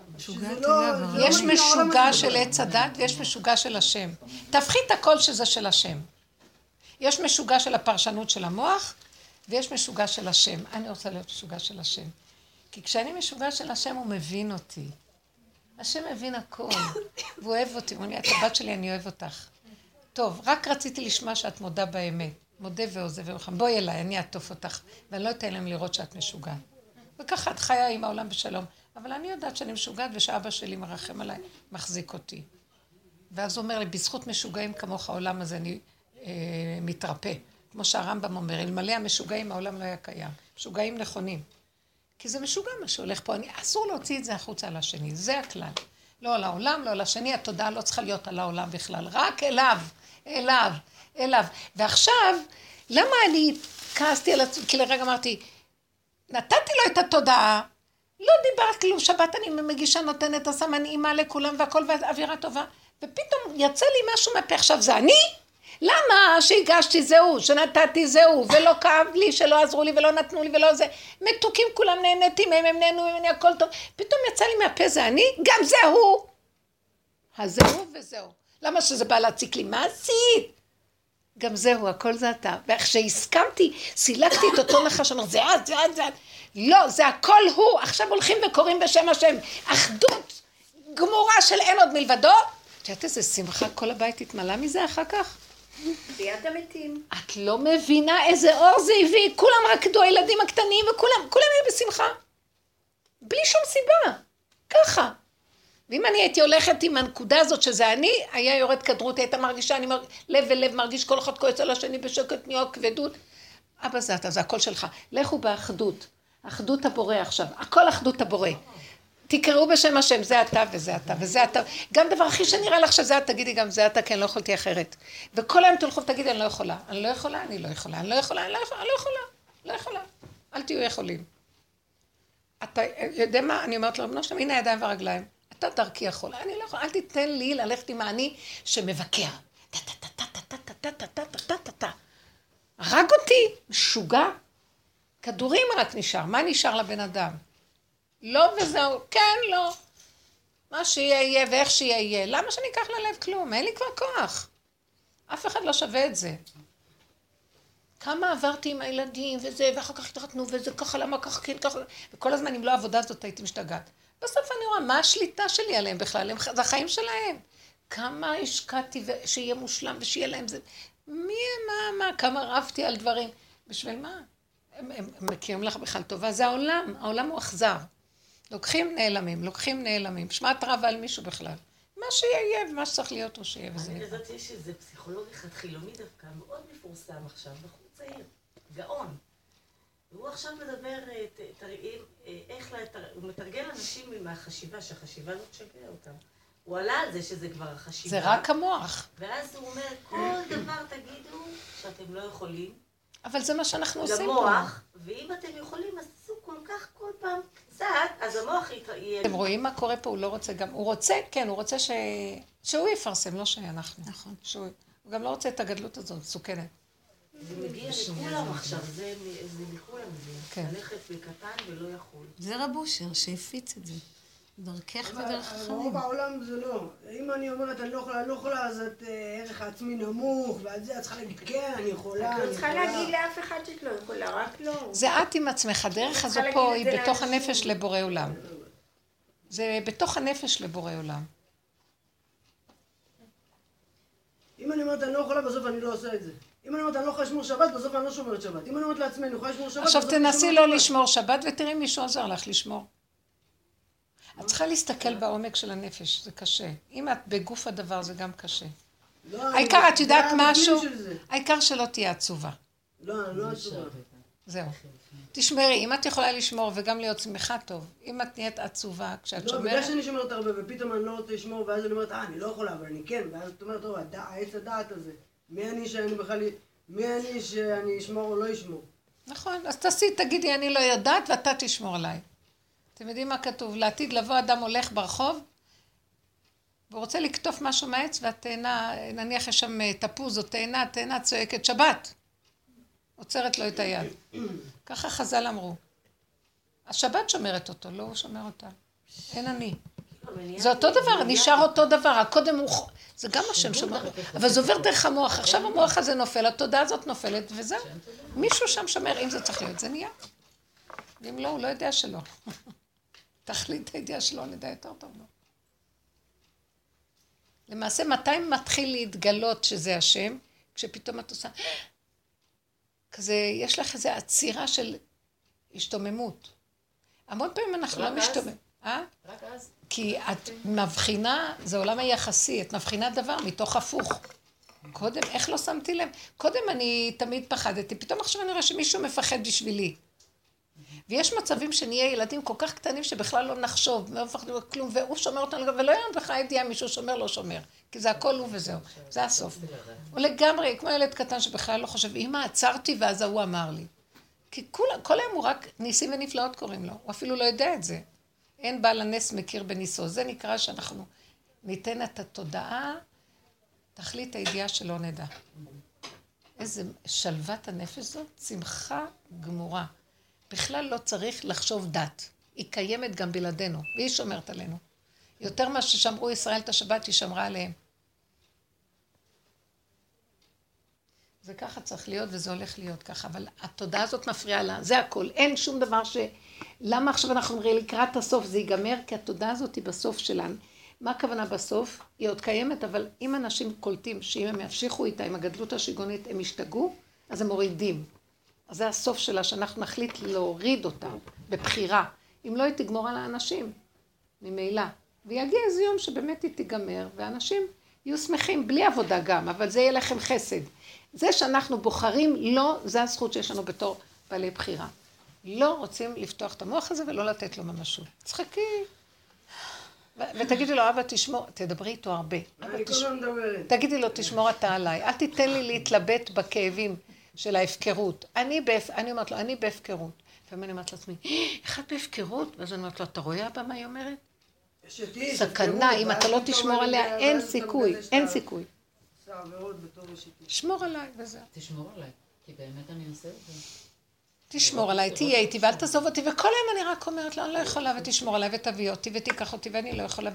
Speaker 1: יש משוגע של עץ הדת ויש משוגע של השם. תפחי את הכל שזה של השם. יש משוגע של הפרשנות של המוח ויש משוגע של השם. אני רוצה להיות משוגע של השם. כי כשאני משוגע של השם הוא מבין אותי. השם מבין הכל. והוא אוהב אותי. הוא אומר לי, את הבת שלי, אני אוהב אותך. טוב, רק רציתי לשמוע שאת מודה באמת. מודה ועוזב ורחם. בואי אליי, אני אעטוף אותך. ואני לא אתן להם לראות שאת משוגעת. וככה את חיה עם העולם בשלום. אבל אני יודעת שאני משוגעת ושאבא שלי מרחם עליי, מחזיק אותי. ואז הוא אומר לי, בזכות משוגעים כמוך העולם הזה אני אה, מתרפא. כמו שהרמב"ם אומר, אלמלא המשוגעים העולם לא היה קיים. משוגעים נכונים. כי זה משוגע מה שהולך פה. אני, אסור להוציא את זה החוצה על השני. זה הכלל. לא על העולם, לא על השני. התודעה לא צריכה להיות על העולם בכלל. רק אליו, אליו, אליו. ועכשיו, למה אני כעסתי על עצמי? כי לרגע אמרתי, נתתי לו את התודעה, לא דיברת כלום, שבת אני מגישה נותנת עשה מנעימה לכולם והכל ואווירה טובה, ופתאום יצא לי משהו מהפה, עכשיו זה אני? למה שהגשתי זהו, שנתתי זהו, ולא כאב לי, שלא עזרו לי ולא נתנו לי ולא זה, מתוקים כולם נהנתי מהם, הם נהנו ממני, הכל טוב, פתאום יצא לי מהפה זה אני? גם זהו! הזהו וזהו. למה שזה בא להציק לי? מה עשית? גם זהו, הכל זה אתה. ואיך שהסכמתי, סילקתי את אותו נחש, אמר, זה את, זה את, זה את. לא, זה הכל הוא. עכשיו הולכים וקוראים בשם השם. אחדות גמורה של אין עוד מלבדו. את יודעת איזה שמחה, כל הבית התמלא מזה אחר כך?
Speaker 6: ביאת המתים.
Speaker 1: את לא מבינה איזה אור זה הביא. כולם רקדו, הילדים הקטנים וכולם, כולם היו בשמחה. בלי שום סיבה. ככה. ואם אני הייתי הולכת עם הנקודה הזאת שזה אני, היה יורד כדרות, הייתה מרגישה, אני מרג... לב ולב מרגיש כל אחד כועס על השני בשקט נהיה כבדות. אבא זה אתה, זה הכל שלך. לכו באחדות. אחדות הבורא עכשיו. הכל אחדות הבורא. תקראו בשם השם, זה אתה וזה אתה וזה אתה. גם דבר הכי שנראה לך שזה אתה, תגידי גם זה אתה, כי אני לא יכולתי אחרת. וכל היום תלכו ותגידי, אני לא יכולה. אני לא יכולה, אני לא יכולה, אני לא יכולה, אני לא יכולה, אני לא יכולה. לא יכולה. אל תהיו יכולים. אתה יודע מה? אני אומרת לרבנו שלם, הנה הידיים והרגליים. אתה דרכי יכול. אני לא יכולה, אל תיתן לי ללכת עם האני שמבקר. הרג אותי, משוגע. כדורים רק נשאר. מה נשאר לבן אדם? לא וזהו, כן, לא. מה שיהיה יהיה ואיך שיהיה יהיה. למה שאני אקח ללב כלום? אין לי כבר כוח. אף אחד לא שווה את זה. כמה עברתי עם הילדים וזה, ואחר כך התרתנו וזה ככה, למה ככה, כן, ככה. וכל הזמן אם לא העבודה הזאת הייתי משתגעת. בסוף אני רואה, מה השליטה שלי עליהם בכלל? זה החיים שלהם. כמה השקעתי שיהיה מושלם ושיהיה להם זה. מי, מה, מה, כמה רבתי על דברים. בשביל מה? הם, הם, הם מכירים לך בכלל טובה. זה העולם, העולם הוא אכזר. לוקחים נעלמים, לוקחים נעלמים. שמעת רב על מישהו בכלל. מה שיהיה, מה שצריך להיות הוא שיהיה וזה
Speaker 8: נראה. אני יודעת, יש איזה פסיכולוג אחד חילוני דווקא, מאוד מפורסם עכשיו, בחור צעיר, גאון. והוא עכשיו מדבר, איך, הוא מתרגל אנשים מהחשיבה, שהחשיבה לא תשגע אותם. הוא עלה על זה שזה כבר החשיבה.
Speaker 1: זה רק המוח.
Speaker 8: ואז הוא אומר, כל דבר תגידו שאתם לא יכולים.
Speaker 1: אבל זה מה שאנחנו עושים פה.
Speaker 8: למוח, ואם אתם יכולים, אז תעשו כל כך כל פעם קצת, אז המוח יהיה...
Speaker 1: אתם רואים מה קורה פה? הוא לא רוצה גם... הוא רוצה, כן, הוא רוצה ש... שהוא יפרסם, לא שאנחנו.
Speaker 9: נכון.
Speaker 1: שהוא... הוא גם לא רוצה את הגדלות הזאת, מסוכנת.
Speaker 8: זה מגיע לכולם עכשיו, זה לכולם זה. ללכת בקטן ולא יכול.
Speaker 9: זה רב אושר שהפיץ את זה. דרכך ודרך החיים.
Speaker 3: רוב העולם זה לא. אם אני אומרת אני לא יכולה, אני לא יכולה, אז את ערך העצמי נמוך, ועל זה את צריכה להגיד, כן, אני יכולה, אני יכולה.
Speaker 6: את צריכה להגיד לאף אחד שאת לא יכולה, רק לא.
Speaker 1: זה את עם עצמך, הדרך הזו פה היא בתוך הנפש לבורא עולם. זה בתוך הנפש לבורא עולם.
Speaker 3: אם אני אומרת אני לא יכולה, בסוף אני לא עושה את זה. אם אני אומרת אני לא יכולה לשמור שבת, בסוף אני לא שומרת שבת. אם אני אומרת לעצמי אני יכולה לשמור שבת,
Speaker 1: עכשיו תנסי לא לשמור שבת ותראי מישהו עוזר לך לשמור. את צריכה להסתכל בעומק של הנפש, זה קשה. אם את בגוף הדבר זה גם קשה. העיקר את יודעת משהו, העיקר שלא תהיה עצובה.
Speaker 3: לא, לא עצובה.
Speaker 1: זהו. תשמרי, אם את יכולה לשמור וגם להיות שמחה טוב, אם את נהיית עצובה, כשאת
Speaker 3: שומרת...
Speaker 1: שומרת...
Speaker 3: לא, בגלל שאני שומרת הרבה, ופתאום אני לא רוצה לשמור, ואז אני אומרת, אה, אני לא יכולה, אבל אני כן, ואז את אומרת, טוב, העץ הדעת הזה, מי אני שאני בכלל... מי אני שאני אשמור או לא אשמור?
Speaker 1: נכון, אז תעשי, תגידי, אני לא יודעת, ואתה תשמור עליי. אתם יודעים מה כתוב? לעתיד לבוא אדם הולך ברחוב, והוא רוצה לקטוף משהו מהעץ, והתאנה, נניח יש שם תפוז או תאנה, תאנה צועקת שבת. עוצרת לו את היד. ככה חז"ל אמרו. השבת שומרת אותו, לא הוא שומר אותה. אין אני. זה אותו דבר, נשאר אותו דבר. הקודם הוא... זה גם השם שומר. אבל זה עובר דרך המוח. עכשיו המוח הזה נופל, התודעה הזאת נופלת, וזהו. מישהו שם שומר, אם זה צריך להיות, זה נהיה. ואם לא, הוא לא יודע שלא. תחליט הידיעה שלא, נדע יותר טוב לו. למעשה, מתי מתחיל להתגלות שזה השם? כשפתאום את עושה... כזה, יש לך איזו עצירה של השתוממות. המון פעמים אנחנו לא משתומם. אה?
Speaker 10: רק אז.
Speaker 1: כי את מבחינה, זה עולם היחסי, את מבחינה דבר מתוך הפוך. קודם, איך לא שמתי לב? קודם אני תמיד פחדתי, פתאום עכשיו אני רואה שמישהו מפחד בשבילי. ויש מצבים שנהיה ילדים כל כך קטנים שבכלל לא נחשוב, לא מפחדים כלום, והוא שומר אותנו, ולא יום בכלל ידיעה מישהו שומר, לא שומר. כי זה הכל הוא וזהו, זה הסוף. הוא לגמרי, כמו ילד קטן שבכלל לא חושב, אמא, עצרתי ואז הוא אמר לי. כי כל, כל היום הוא רק ניסים ונפלאות קוראים לו, הוא אפילו לא יודע את זה. אין בעל הנס מכיר בניסו, זה נקרא שאנחנו ניתן את התודעה, תחליט הידיעה שלא נדע. איזה שלוות הנפש זאת, שמחה גמורה. בכלל לא צריך לחשוב דת, היא קיימת גם בלעדינו, והיא שומרת עלינו. יותר מה ששמרו ישראל את השבת, היא שמרה עליהם. זה ככה צריך להיות וזה הולך להיות ככה, אבל התודעה הזאת מפריעה לה, זה הכל. אין שום דבר ש... למה עכשיו אנחנו אומרים לקראת הסוף זה ייגמר? כי התודעה הזאת היא בסוף שלנו. מה הכוונה בסוף? היא עוד קיימת, אבל אם אנשים קולטים שאם הם ימשיכו איתה עם הגדלות השיגונית, הם ישתגעו, אז הם מורידים. אז זה הסוף שלה, שאנחנו נחליט להוריד אותה בבחירה. אם לא, היא תגמור על האנשים, ממילא. ויגיע איזה יום שבאמת היא תיגמר, ואנשים יהיו שמחים, בלי עבודה גם, אבל זה יהיה לכם חסד. זה שאנחנו בוחרים, לא, זה הזכות שיש לנו בתור בעלי בחירה. לא רוצים לפתוח את המוח הזה ולא לתת לו ממשות. צחקי. ותגידי לו, אבא תשמור, תדברי איתו הרבה.
Speaker 3: אני כל הזמן מדברת.
Speaker 1: תגידי לו, תשמור אתה עליי. אל תיתן לי להתלבט בכאבים של ההפקרות. אני בהפ... אני אומרת לו, אני בהפקרות. לפעמים אני אומרת לעצמי, איך את בהפקרות? ואז אני אומרת לו, אתה רואה אבא מה היא אומרת? סכנה, אם אתה לא תשמור עליה, אין סיכוי, אין סיכוי. שמור עליי וזה.
Speaker 10: תשמור עליי, כי באמת אני עושה את זה.
Speaker 1: תשמור עליי, תהיה איתי ואל תעזוב אותי, וכל היום אני רק אומרת לו, אני לא יכולה ותשמור עליי ותביא אותי ותיקח אותי ואני לא יכולה